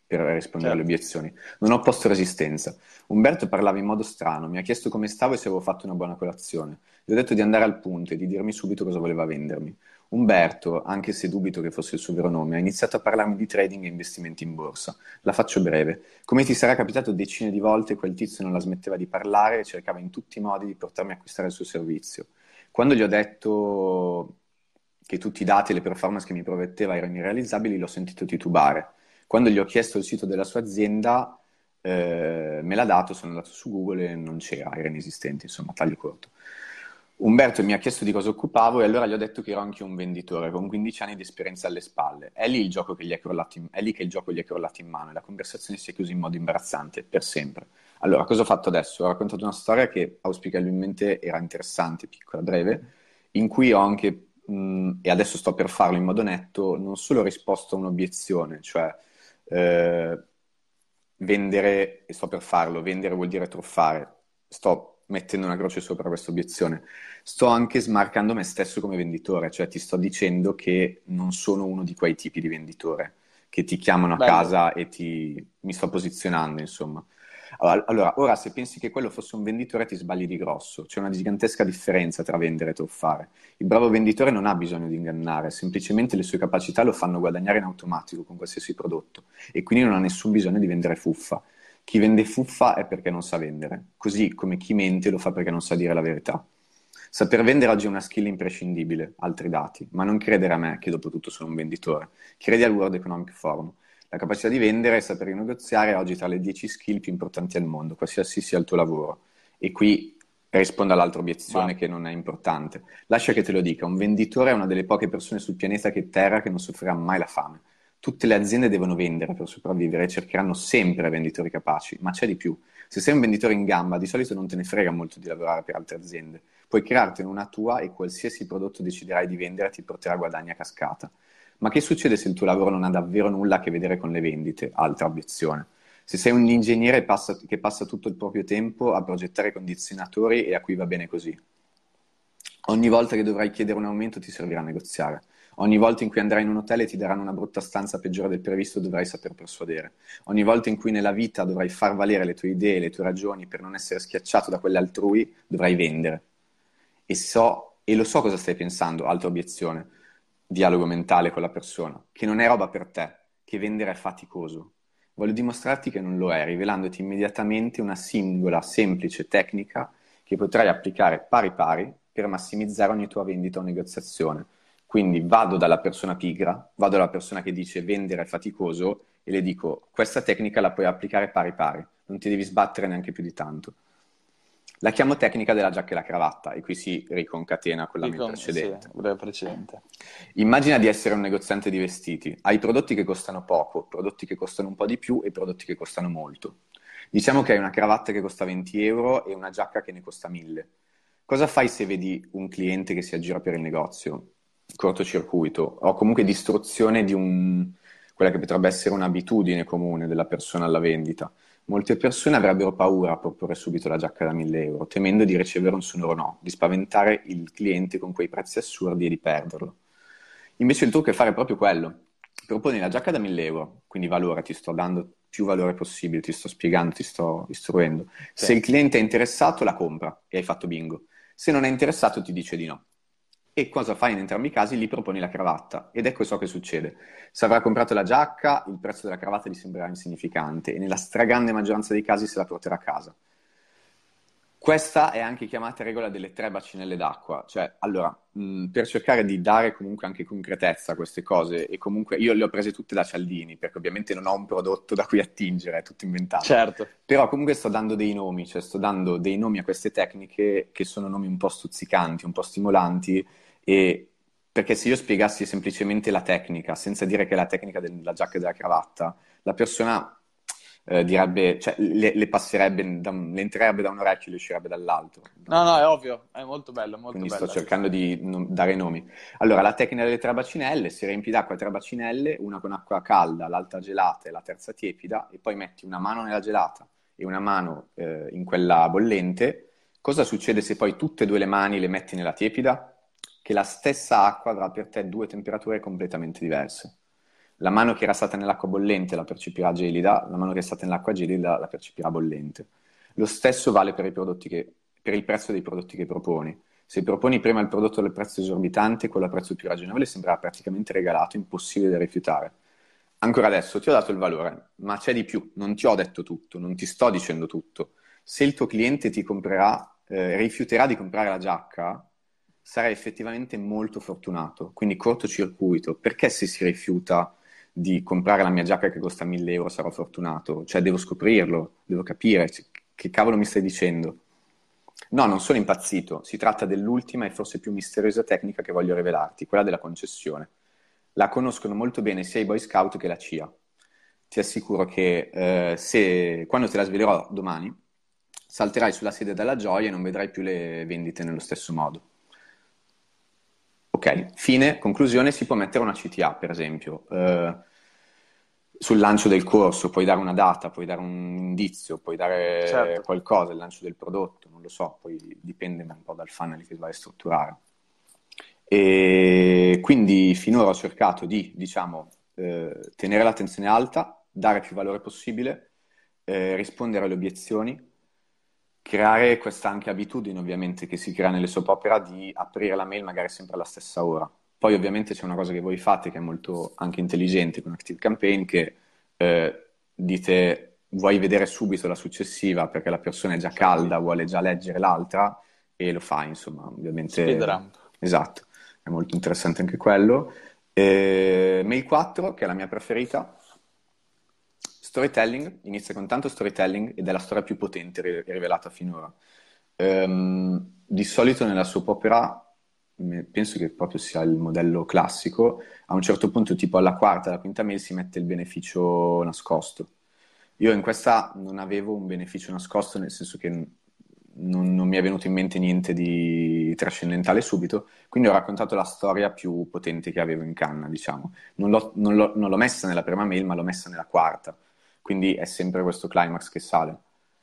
per rispondere alle certo. obiezioni. Non ho posto resistenza. Umberto parlava in modo strano, mi ha chiesto come stavo e se avevo fatto una buona colazione. Gli ho detto di andare al punto e di dirmi subito cosa voleva vendermi. Umberto, anche se dubito che fosse il suo vero nome, ha iniziato a parlarmi di trading e investimenti in borsa. La faccio breve. Come ti sarà capitato decine di volte, quel tizio non la smetteva di parlare e cercava in tutti i modi di portarmi a acquistare il suo servizio. Quando gli ho detto che tutti i dati e le performance che mi prometteva erano irrealizzabili, l'ho sentito titubare. Quando gli ho chiesto il sito della sua azienda, eh, me l'ha dato, sono andato su Google e non c'era, era inesistente, insomma, taglio corto. Umberto mi ha chiesto di cosa occupavo e allora gli ho detto che ero anche un venditore con quindici anni di esperienza alle spalle. È lì il gioco che gli è crollato in, è lì che il gioco gli è crollato in mano e la conversazione si è chiusa in modo imbarazzante, per sempre. Allora, cosa ho fatto adesso? Ho raccontato una storia che auspicabilmente era interessante, piccola, breve, in cui ho anche, mh, e adesso sto per farlo in modo netto, non solo risposto a un'obiezione, cioè eh, vendere, e sto per farlo, vendere vuol dire truffare, sto mettendo una croce sopra questa obiezione, sto anche smarcando me stesso come venditore, cioè ti sto dicendo che non sono uno di quei tipi di venditore che ti chiamano a Bello. casa e ti... mi sto posizionando, insomma. Allora, ora se pensi che quello fosse un venditore ti sbagli di grosso, c'è una gigantesca differenza tra vendere e truffare. Il bravo venditore non ha bisogno di ingannare, semplicemente le sue capacità lo fanno guadagnare in automatico con qualsiasi prodotto e quindi non ha nessun bisogno di vendere fuffa. Chi vende fuffa è perché non sa vendere, così come chi mente lo fa perché non sa dire la verità. Saper vendere oggi è una skill imprescindibile, altri dati, ma non credere a me che dopo tutto sono un venditore, credi al World Economic Forum. La capacità di vendere e saper negoziare è oggi tra le dieci skill più importanti al mondo, qualsiasi sia il tuo lavoro. E qui rispondo all'altra obiezione Ma che non è importante. Lascia che te lo dica, un venditore è una delle poche persone sul pianeta che terra che non soffrirà mai la fame. Tutte le aziende devono vendere per sopravvivere e cercheranno sempre venditori capaci, ma c'è di più. Se sei un venditore in gamba, di solito non te ne frega molto di lavorare per altre aziende. Puoi creartene una tua e qualsiasi prodotto deciderai di vendere ti porterà guadagni a cascata. Ma che succede se il tuo lavoro non ha davvero nulla a che vedere con le vendite? Altra obiezione. Se sei un ingegnere passa, che passa tutto il proprio tempo a progettare condizionatori e a cui va bene così. Ogni volta che dovrai chiedere un aumento ti servirà a negoziare. Ogni volta in cui andrai in un hotel e ti daranno una brutta stanza peggiore del previsto dovrai saper persuadere. Ogni volta in cui nella vita dovrai far valere le tue idee, le tue ragioni per non essere schiacciato da quelle altrui, dovrai vendere. E so, e lo so cosa stai pensando, altra obiezione, dialogo mentale con la persona, che non è roba per te, che vendere è faticoso. Voglio dimostrarti che non lo è, rivelandoti immediatamente una singola, semplice tecnica che potrai applicare pari pari per massimizzare ogni tua vendita o negoziazione. Quindi vado dalla persona pigra, vado dalla persona che dice vendere è faticoso e le dico questa tecnica la puoi applicare pari pari, non ti devi sbattere neanche più di tanto. La chiamo tecnica della giacca e la cravatta e qui si riconcatena con la Ricon- precedente. sì, breve precedente. Immagina di essere un negoziante di vestiti. Hai prodotti che costano poco, prodotti che costano un po' di più e prodotti che costano molto. Diciamo che hai una cravatta che costa venti euro e una giacca che ne costa mille. Cosa fai se vedi un cliente che si aggira per il negozio? Cortocircuito o comunque distruzione di un, quella che potrebbe essere un'abitudine comune della persona alla vendita. Molte persone avrebbero paura a proporre subito la giacca da mille euro, temendo di ricevere un sonoro no, di spaventare il cliente con quei prezzi assurdi e di perderlo. Invece il trucco è fare proprio quello. Proponi la giacca da mille euro, quindi valore, ti sto dando più valore possibile, ti sto spiegando, ti sto istruendo. Sì. Se il cliente è interessato, la compra e hai fatto bingo. Se non è interessato, ti dice di no. E cosa fai in entrambi i casi? Gli proponi la cravatta. Ed ecco ciò che succede. Se avrà comprato la giacca, il prezzo della cravatta gli sembrerà insignificante e nella stragrande maggioranza dei casi se la porterà a casa. Questa è anche chiamata regola delle tre bacinelle d'acqua. Cioè, allora, mh, per cercare di dare comunque anche concretezza a queste cose, e comunque io le ho prese tutte da Cialdini, perché ovviamente non ho un prodotto da cui attingere, è tutto inventato. Certo. Però comunque sto dando dei nomi, cioè sto dando dei nomi a queste tecniche che sono nomi un po' stuzzicanti, un po' stimolanti, e perché se io spiegassi semplicemente la tecnica, senza dire che è la tecnica della giacca e della cravatta, la persona eh, direbbe, cioè le, le passerebbe, da, le entrerebbe da un orecchio e le uscirebbe dall'altro. No, no, è ovvio, è molto bello, molto Quindi bello. sto cercando di non dare nomi. Allora, la tecnica delle tre bacinelle, si riempi d'acqua tre bacinelle, una con acqua calda, l'altra gelata e la terza tiepida, e poi metti una mano nella gelata e una mano eh, in quella bollente. Cosa succede se poi tutte e due le mani le metti nella tiepida? Che la stessa acqua avrà per te due temperature completamente diverse. La mano che era stata nell'acqua bollente la percepirà gelida, la mano che è stata nell'acqua gelida la percepirà bollente. Lo stesso vale per i prodotti che, per il prezzo dei prodotti che proponi. Se proponi prima il prodotto al prezzo esorbitante, quello a prezzo più ragionevole sembrerà praticamente regalato, impossibile da rifiutare. Ancora adesso ti ho dato il valore, ma c'è di più, non ti ho detto tutto, non ti sto dicendo tutto. Se il tuo cliente ti comprerà, eh, rifiuterà di comprare la giacca, sarai effettivamente molto fortunato, quindi cortocircuito. Perché se si rifiuta di comprare la mia giacca che costa mille euro sarò fortunato? Cioè devo scoprirlo, devo capire che cavolo mi stai dicendo. No, non sono impazzito, si tratta dell'ultima e forse più misteriosa tecnica che voglio rivelarti, quella della concessione. La conoscono molto bene sia i Boy Scout che la C I A. Ti assicuro che eh, se, quando te la svelerò domani, salterai sulla sedia dalla gioia e non vedrai più le vendite nello stesso modo. Ok, fine, conclusione, si può mettere una C T A, per esempio. Eh, sul lancio del corso puoi dare una data, puoi dare un indizio, puoi dare Certo. qualcosa, il lancio del prodotto, non lo so, poi dipende un po' dal funnel che vai a strutturare. E quindi finora ho cercato di, diciamo, eh, tenere l'attenzione alta, dare più valore possibile, eh, rispondere alle obiezioni, creare questa anche abitudine ovviamente che si crea nelle soap opera di aprire la mail magari sempre alla stessa ora. Poi ovviamente c'è una cosa che voi fate che è molto anche intelligente con Active Campaign, che eh, dite vuoi vedere subito la successiva perché la persona è già calda, vuole già leggere l'altra e lo fa, insomma, ovviamente. Speedrun. Esatto, è molto interessante anche quello. Eh, Mail quattro, che è la mia preferita. Storytelling, inizia con tanto storytelling ed è la storia più potente ri- rivelata finora. Ehm, di solito nella soap opera me- penso che proprio sia il modello classico, a un certo punto tipo alla quarta, alla quinta mail si mette il beneficio nascosto. Io in questa non avevo un beneficio nascosto, nel senso che n- non, non mi è venuto in mente niente di trascendentale subito, quindi ho raccontato la storia più potente che avevo in canna, diciamo. Non l'ho, non l'ho- non l'ho messa nella prima mail, ma l'ho messa nella quarta, quindi è sempre questo climax che sale.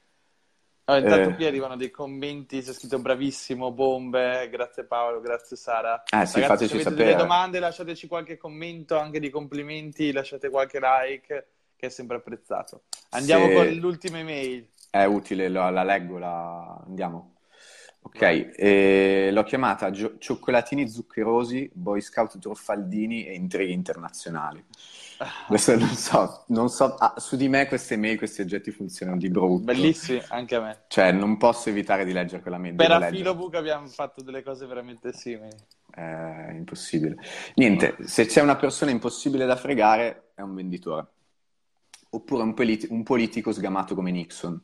Oh, intanto Eh, qui arrivano dei commenti, c'è scritto bravissimo, bombe, grazie Paolo, grazie Sara. eh sì, Ragazzi, se fateci avete delle sapere. domande lasciateci qualche commento, anche di complimenti, lasciate qualche like, che è sempre apprezzato. Andiamo con Se l'ultima email. è utile, la, la leggo, la... andiamo. Ok, Vai. eh, l'ho chiamata Gio- Cioccolatini zuccherosi, Boy Scout truffaldini e intrighi internazionali. Adesso non so, non so, ah, su di me queste mail, questi oggetti funzionano di brutto. Bellissimi, anche a me. Cioè, non posso evitare di leggere quella mail, Per devo leggere. Afilobook abbiamo fatto delle cose veramente simili. È impossibile. Niente, se c'è una persona impossibile da fregare, è un venditore. Oppure un, politi- un politico sgamato come Nixon.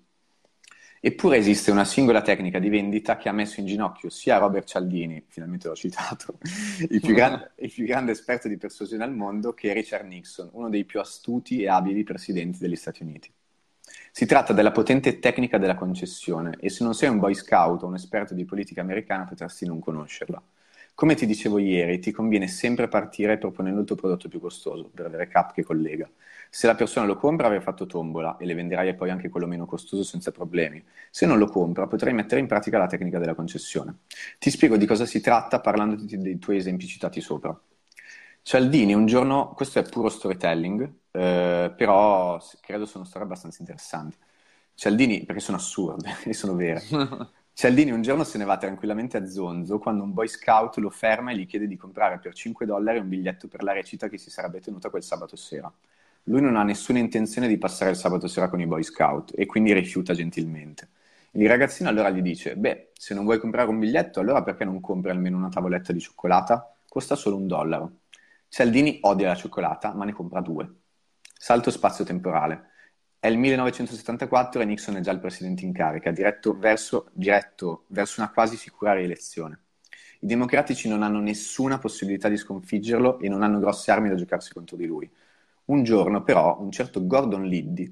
Eppure esiste una singola tecnica di vendita che ha messo in ginocchio sia Robert Cialdini, finalmente l'ho citato, il più, gran- il più grande esperto di persuasione al mondo, che Richard Nixon, uno dei più astuti e abili presidenti degli Stati Uniti. Si tratta della potente tecnica della concessione e se non sei un Boy Scout o un esperto di politica americana potresti non conoscerla. Come ti dicevo ieri, ti conviene sempre partire proponendo il tuo prodotto più costoso per avere cap che collega. Se la persona lo compra avrai fatto tombola e le venderai poi anche quello meno costoso senza problemi. Se non lo compra potrai mettere in pratica la tecnica della concessione. Ti spiego di cosa si tratta parlandoti dei tuoi esempi citati sopra. Cialdini un giorno, questo è puro storytelling, eh, però credo sono storie abbastanza interessanti. Cialdini, perché sono assurde e sono vere. Cialdini un giorno se ne va tranquillamente a Zonzo quando un Boy Scout lo ferma e gli chiede di comprare per cinque dollari un biglietto per la recita che si sarebbe tenuta quel sabato sera. Lui non ha nessuna intenzione di passare il sabato sera con i Boy Scout e quindi rifiuta gentilmente. Il ragazzino allora gli dice: beh, se non vuoi comprare un biglietto, allora perché non compri almeno una tavoletta di cioccolata? Costa solo un dollaro. Cialdini odia la cioccolata, ma ne compra due. Salto spazio-temporale. È il millenovecentosettantaquattro e Nixon è già il presidente in carica, diretto verso, diretto verso una quasi sicura rielezione. I democratici non hanno nessuna possibilità di sconfiggerlo e non hanno grosse armi da giocarsi contro di lui. Un giorno, però, un certo Gordon Liddy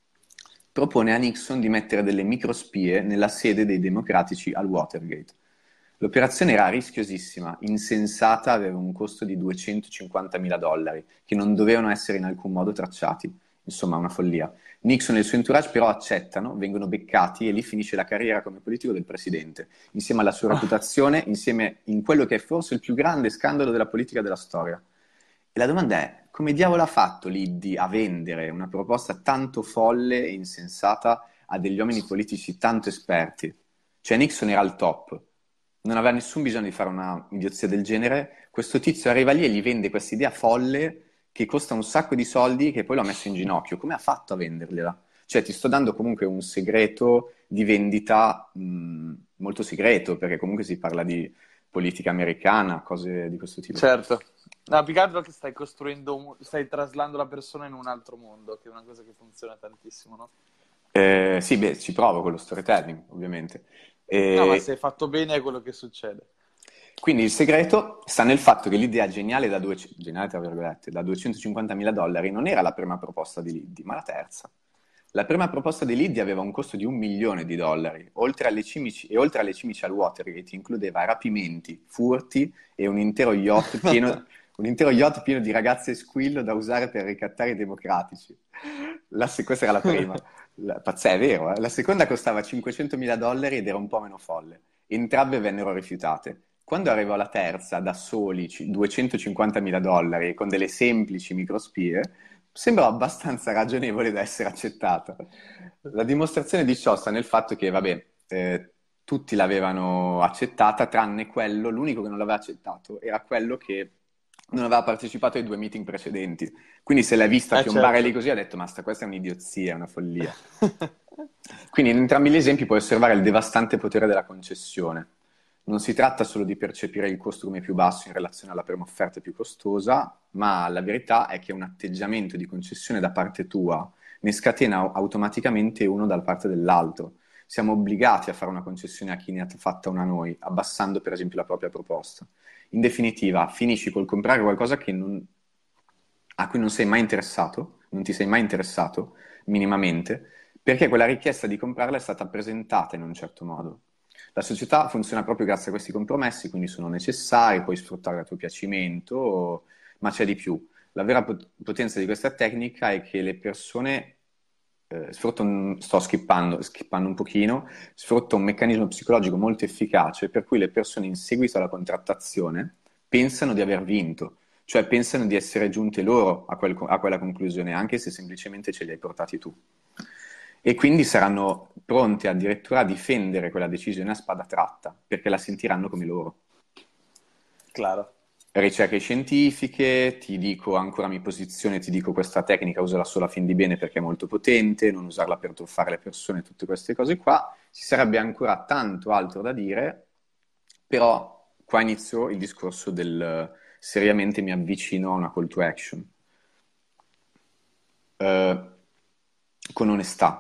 propone a Nixon di mettere delle microspie nella sede dei democratici al Watergate. L'operazione era rischiosissima, insensata, aveva un costo di duecentocinquantamila dollari, che non dovevano essere in alcun modo tracciati. Insomma, una follia. Nixon e il suo entourage però accettano, vengono beccati e lì finisce la carriera come politico del presidente, insieme alla sua reputazione, insieme in quello che è forse il più grande scandalo della politica della storia. E la domanda è, come diavolo ha fatto l'I D a vendere una proposta tanto folle e insensata a degli uomini politici tanto esperti? Cioè Nixon era al top, non aveva nessun bisogno di fare una idiozia del genere, questo tizio arriva lì e gli vende questa idea folle che costa un sacco di soldi che poi l'ha messo in ginocchio. Come ha fatto a vendergliela? Cioè ti sto dando comunque un segreto di vendita mh, molto segreto, perché comunque si parla di politica americana, cose di questo tipo. Certo. No, più che altro che stai costruendo, un- stai traslando la persona in un altro mondo, che è una cosa che funziona tantissimo, no? Eh, sì, beh, ci provo con lo storytelling, ovviamente. No, ma E se è fatto bene è quello che succede. quindi il segreto sta nel fatto che l'idea geniale da, duecento, geniale, tra virgolette, da duecentocinquantamila dollari non era la prima proposta di Liddy, ma la terza. La prima proposta di Liddy aveva un costo di un milione di dollari, oltre alle cimici, e oltre alle cimici al Watergate includeva rapimenti, furti e un intero yacht pieno, un intero yacht pieno di ragazze squillo da usare per ricattare i democratici. La, se- questa era la prima. La, pazzè, è vero, eh? La seconda costava cinquecentomila dollari ed era un po' meno folle. Entrambe vennero rifiutate. Quando arrivò la terza, da soli ci- duecentocinquantamila dollari, con delle semplici microspie, sembrò abbastanza ragionevole da essere accettata. La dimostrazione di ciò sta nel fatto che, vabbè, eh, tutti l'avevano accettata, tranne quello, l'unico che non l'aveva accettato era quello che non aveva partecipato ai due meeting precedenti. Quindi se l'hai vista Eh, piombare certo. lì così, ha detto, ma sta, questa è un'idiozia, è una follia. Quindi in entrambi gli esempi puoi osservare il devastante potere della concessione. Non si tratta solo di percepire il costume più basso in relazione alla prima offerta più costosa, ma la verità è che un atteggiamento di concessione da parte tua ne scatena automaticamente uno dalla parte dell'altro. Siamo obbligati a fare una concessione a chi ne ha fatta una a noi, abbassando per esempio la propria proposta. In definitiva, finisci col comprare qualcosa che non, a cui non sei mai interessato, non ti sei mai interessato minimamente, perché quella richiesta di comprarla è stata presentata in un certo modo. La società funziona proprio grazie a questi compromessi, quindi sono necessari, puoi sfruttare a tuo piacimento, ma c'è di più. La vera pot- potenza di questa tecnica è che le persone eh, sfruttano, sto skippando, skippando un pochino, sfrutta un meccanismo psicologico molto efficace per cui le persone in seguito alla contrattazione pensano di aver vinto, cioè pensano di essere giunte loro a, quel- a quella conclusione, anche se semplicemente ce li hai portati tu. E quindi saranno pronti addirittura a difendere quella decisione a spada tratta, perché la sentiranno come loro. Claro. Ricerche scientifiche, ti dico ancora mi posizione, ti dico questa tecnica usala solo a fin di bene perché è molto potente, non usarla per truffare le persone, tutte queste cose qua. Ci sarebbe ancora tanto altro da dire, però qua inizio il discorso del seriamente mi avvicino a una call to action. Eh, con onestà.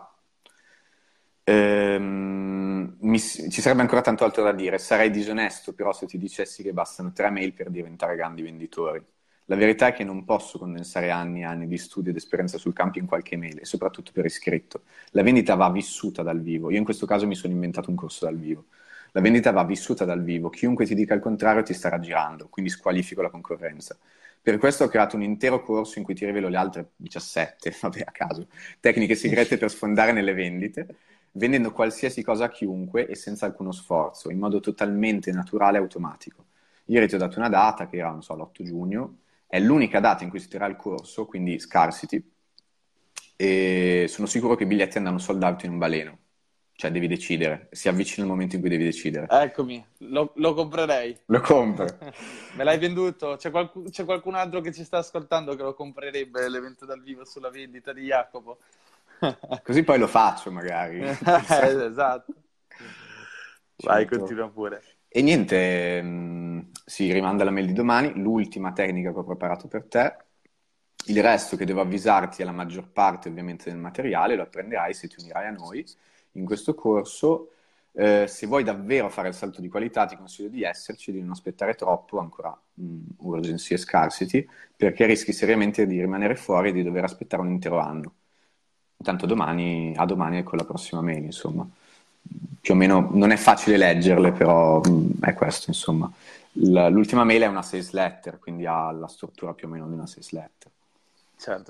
Ehm, mi- ci sarebbe ancora tanto altro da dire. Sarei disonesto però se ti dicessi che bastano tre mail per diventare grandi venditori. La verità è che non posso condensare anni e anni di studio ed esperienza sul campo in qualche mail, e soprattutto per iscritto. La vendita va vissuta dal vivo. Io in questo caso mi sono inventato un corso dal vivo. La vendita va vissuta dal vivo. Chiunque ti dica il contrario ti sta raggirando, quindi squalifico la concorrenza. Per questo ho creato un intero corso in cui ti rivelo le altre diciassette, vabbè a caso, tecniche segrete per sfondare nelle vendite, vendendo qualsiasi cosa a chiunque e senza alcuno sforzo, in modo totalmente naturale e automatico. Ieri ti ho dato una data, che era, non so, l'otto giugno, è l'unica data in cui si terrà il corso, quindi scarsity, e sono sicuro che i biglietti andranno sold out in un baleno. Cioè devi decidere, si avvicina il momento in cui devi decidere. Eccomi, lo, lo comprerei. Lo compro. Me l'hai venduto? C'è, qualcu- c'è qualcun altro che ci sta ascoltando che lo comprerebbe l'evento dal vivo sulla vendita di Jacopo? Così poi lo faccio magari. Esatto. Vai, Certo. continua pure. E niente, mh, si rimanda la mail di domani, l'ultima tecnica che ho preparato per te. Il resto che devo avvisarti è la maggior parte ovviamente del materiale, lo apprenderai se ti unirai a noi in questo corso. Eh, se vuoi davvero fare il salto di qualità ti consiglio di esserci, di non aspettare troppo, ancora mh, urgency e scarcity, perché rischi seriamente di rimanere fuori e di dover aspettare un intero anno. Intanto domani, a domani e con la prossima mail, insomma. Più o meno non è facile leggerle, però mh, è questo, insomma. L- l'ultima mail è una sales letter, quindi ha la struttura più o meno di una sales letter. Certo.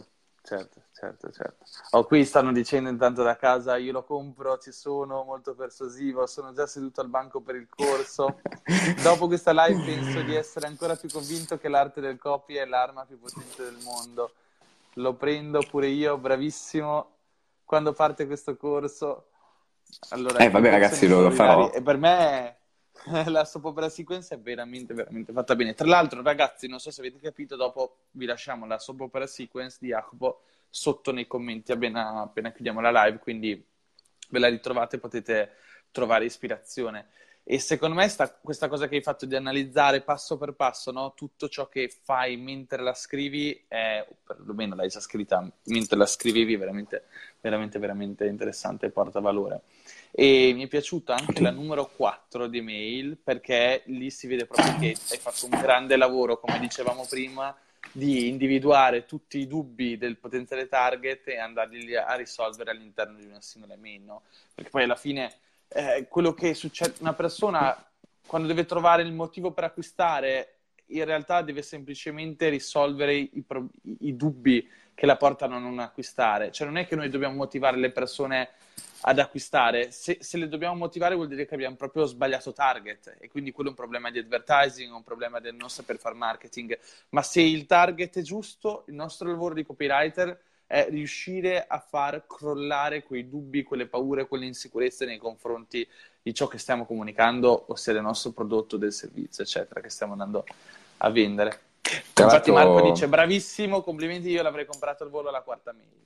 Certo, certo, certo. Oh, qui stanno dicendo intanto da casa, io lo compro, ci sono, molto persuasivo, sono già seduto al banco per il corso. Dopo questa live penso di essere ancora più convinto che l'arte del copy è l'arma più potente del mondo. Lo prendo pure io, bravissimo. Quando parte questo corso, allora Eh, vabbè, ragazzi, lo, lo farò. e per me la soap opera sequence è veramente, veramente fatta bene. Tra l'altro, ragazzi, non so se avete capito, dopo vi lasciamo la soap opera sequence di Jacopo sotto nei commenti appena, appena chiudiamo la live, quindi ve la ritrovate, potete trovare ispirazione. E secondo me sta, questa cosa che hai fatto di analizzare passo per passo, no? Tutto ciò che fai mentre la scrivi, è, o perlomeno l'hai già scritta mentre la scrivevi, veramente, veramente, veramente interessante e porta valore. E mi è piaciuta anche la numero quattro di mail, perché lì si vede proprio che hai fatto un grande lavoro, come dicevamo prima, di individuare tutti i dubbi del potenziale target e andarli a risolvere all'interno di una singola mail, no? Perché poi alla fine eh, quello che succede, una persona quando deve trovare il motivo per acquistare, in realtà deve semplicemente risolvere i, pro- i dubbi che la portano a non acquistare. Cioè non è che noi dobbiamo motivare le persone ad acquistare, se, se le dobbiamo motivare vuol dire che abbiamo proprio sbagliato target, e quindi quello è un problema di advertising, un problema del non saper fare marketing. Ma se il target è giusto, il nostro lavoro di copywriter è riuscire a far crollare quei dubbi, quelle paure, quelle insicurezze nei confronti di ciò che stiamo comunicando, ossia del nostro prodotto, del servizio, eccetera, che stiamo andando a vendere. Tra Infatti l'altro... Marco dice bravissimo, complimenti, io l'avrei comprato al volo alla quarta mail.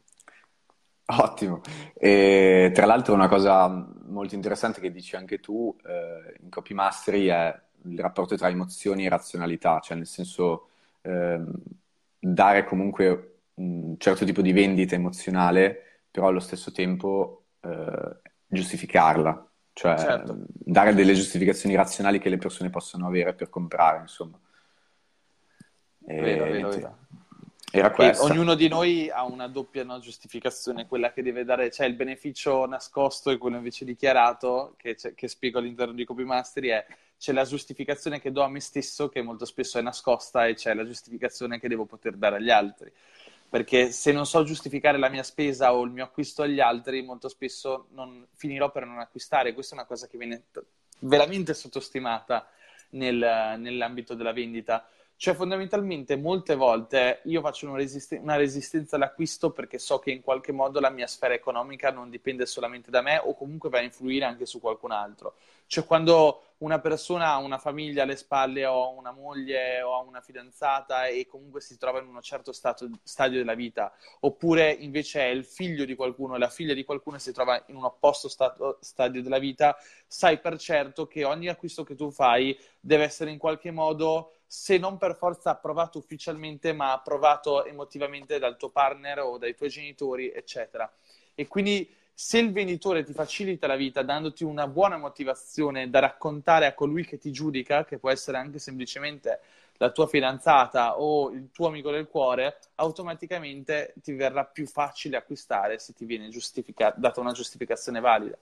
Ottimo. E tra l'altro una cosa molto interessante che dici anche tu eh, in Copy Mastery è il rapporto tra emozioni e razionalità, cioè nel senso ehm, dare comunque un certo tipo di vendita emozionale, però allo stesso tempo eh, giustificarla, cioè Certo. dare delle giustificazioni razionali che le persone possono avere per comprare, insomma. E Vero, vero, niente, vero. era Che questa. ognuno di noi ha una doppia, no, giustificazione, quella che deve dare, c'è il beneficio nascosto e quello invece dichiarato, che, che spiego all'interno di Copy Mastery, è c'è la giustificazione che do a me stesso, che molto spesso è nascosta, e c'è la giustificazione che devo poter dare agli altri. Perché se non so giustificare la mia spesa o il mio acquisto agli altri, molto spesso non, finirò per non acquistare. Questa è una cosa che viene veramente sottostimata nel, nell'ambito della vendita. Cioè, fondamentalmente, molte volte io faccio una, resisten- una resistenza all'acquisto perché so che in qualche modo la mia sfera economica non dipende solamente da me, o comunque va a influire anche su qualcun altro. Cioè, quando una persona ha una famiglia alle spalle, o ha una moglie, o ha una fidanzata, e comunque si trova in uno certo stato, stadio della vita, oppure invece è il figlio di qualcuno, la figlia di qualcuno, e si trova in un opposto stato, stadio della vita, sai per certo che ogni acquisto che tu fai deve essere in qualche modo, se non per forza approvato ufficialmente, ma approvato emotivamente dal tuo partner o dai tuoi genitori, eccetera. E quindi se il venditore ti facilita la vita dandoti una buona motivazione da raccontare a colui che ti giudica, che può essere anche semplicemente la tua fidanzata o il tuo amico del cuore, automaticamente ti verrà più facile acquistare se ti viene giustifica- data una giustificazione valida.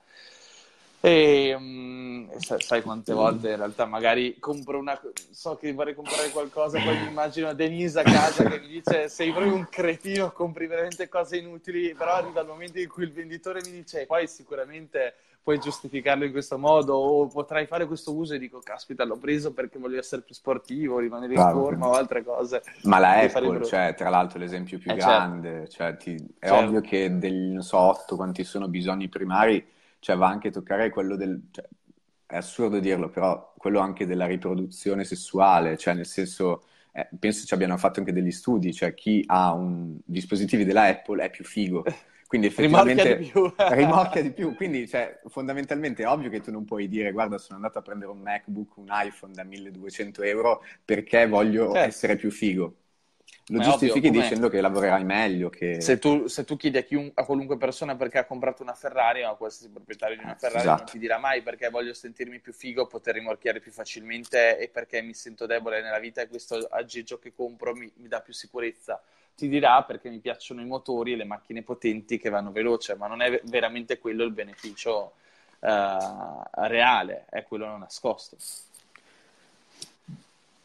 E um, sai quante volte in realtà magari compro una, so che vorrei comprare qualcosa, poi mi immagino Denise a casa che mi dice sei proprio un cretino, compri veramente cose inutili, però arriva il momento in cui il venditore mi dice poi sicuramente puoi giustificarlo in questo modo, o potrai fare questo uso, e dico caspita, l'ho preso perché voglio essere più sportivo, rimanere in Bravo. forma o altre cose. Ma la che Apple, farebbero... cioè, tra l'altro l'esempio più Eh, certo. grande, cioè, ti- è Certo. ovvio che del, non so, otto quanti sono bisogni primari, cioè va anche a toccare quello del, cioè, è assurdo dirlo, però quello anche della riproduzione sessuale, cioè nel senso, eh, penso ci abbiano fatto anche degli studi, cioè chi ha un dispositivi della Apple è più figo, quindi effettivamente Rimorchia di più. rimorchia di più, quindi cioè, fondamentalmente è ovvio che tu non puoi dire guarda sono andato a prendere un MacBook, un iPhone da milleduecento euro perché voglio Certo. essere più figo. Lo Ma è giustifichi ovvio, come- dicendo che lavorerai meglio, che... Se tu, se tu chiedi a, chiun- a qualunque persona perché ha comprato una Ferrari, o a qualsiasi proprietario di una Eh, Ferrari, non esatto. ti dirà mai perché voglio sentirmi più figo, poter rimorchiare più facilmente, e perché mi sento debole nella vita e questo aggeggio che compro mi, mi dà più sicurezza. Ti dirà perché mi piacciono i motori e le macchine potenti che vanno veloce, ma non è ve- veramente quello il beneficio eh, reale, è quello non nascosto.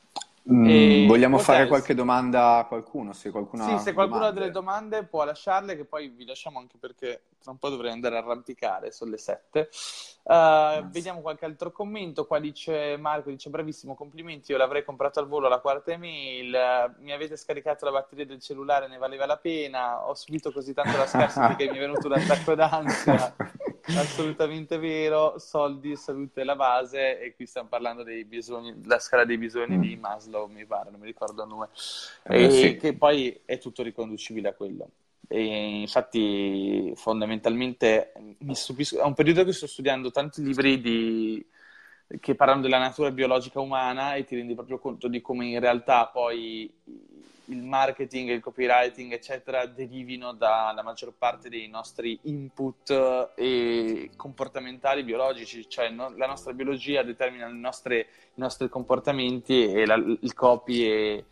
Mm, E, vogliamo fare ok, qualche domanda a qualcuno? Se qualcuno sì, ha se qualcuno ha delle domande. domande può lasciarle, che poi vi lasciamo anche perché tra un po' dovrei andare a arrampicare, sono le sette. Uh, Yes. vediamo qualche altro commento. Qua dice Marco, dice bravissimo, complimenti, io l'avrei comprato al volo la quarta email, eh, mi avete scaricato la batteria del cellulare, ne valeva la pena, ho subito così tanto la scarsity che mi è venuto un attacco d'ansia. Assolutamente vero, soldi, salute è la base e qui stiamo parlando dei bisogni, la scala dei bisogni di Mm. Maslow, mi pare, non mi ricordo il nome, Eh, e sì. che poi è tutto riconducibile a quello. E infatti fondamentalmente mi stupisco, è un periodo che sto studiando tanti libri di- che parlano della natura biologica umana e ti rendi proprio conto di come in realtà poi il marketing, il copywriting, eccetera, derivino dalla maggior parte dei nostri input e comportamentali biologici, cioè no- la nostra biologia determina le nostre- i nostri comportamenti e la- il copy e,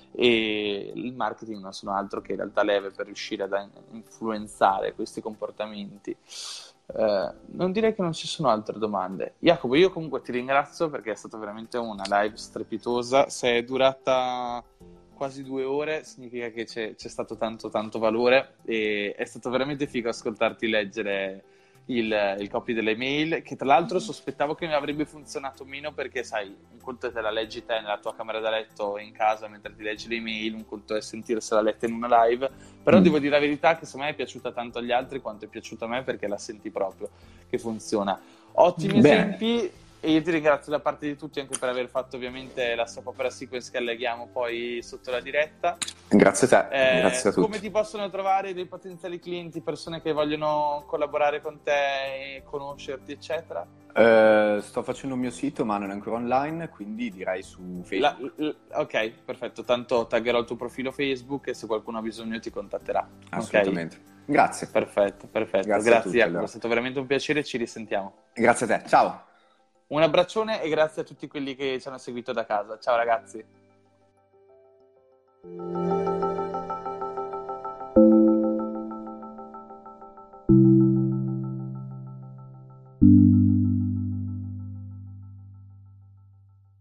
e il marketing non sono altro che in realtà leve per riuscire ad influenzare questi comportamenti. Eh, non direi che non ci sono altre domande. Jacopo, io comunque ti ringrazio perché è stata veramente una live strepitosa. Se è durata quasi due ore, significa che c'è, c'è stato tanto tanto valore e è stato veramente figo ascoltarti leggere il, il copy delle mail, che tra l'altro sospettavo che mi avrebbe funzionato meno perché, sai, un conto è te la leggi te nella tua camera da letto in casa mentre ti leggi le mail, un conto è sentirsela letta in una live, però Mm. devo dire la verità che secondo me è piaciuta tanto agli altri quanto è piaciuta a me perché la senti proprio che funziona. Ottimi Bene, esempi e io ti ringrazio da parte di tutti anche per aver fatto ovviamente la soap opera sequence che alleghiamo poi sotto la diretta. grazie a te, Eh, grazie a come tutti. ti possono trovare dei potenziali clienti, persone che vogliono collaborare con te e conoscerti, eccetera? Eh, sto facendo il mio sito, ma non è ancora online, quindi direi su La- Facebook. l- ok, perfetto. Tanto taggerò il tuo profilo Facebook e se qualcuno ha bisogno ti contatterà. Ok? Assolutamente. Grazie. Perfetto, perfetto. Grazie a Grazie tutti, Jacopo, è allora. stato veramente un piacere, ci risentiamo. Grazie a te. Ciao. Un abbraccione e grazie a tutti quelli che ci hanno seguito da casa. Ciao ragazzi.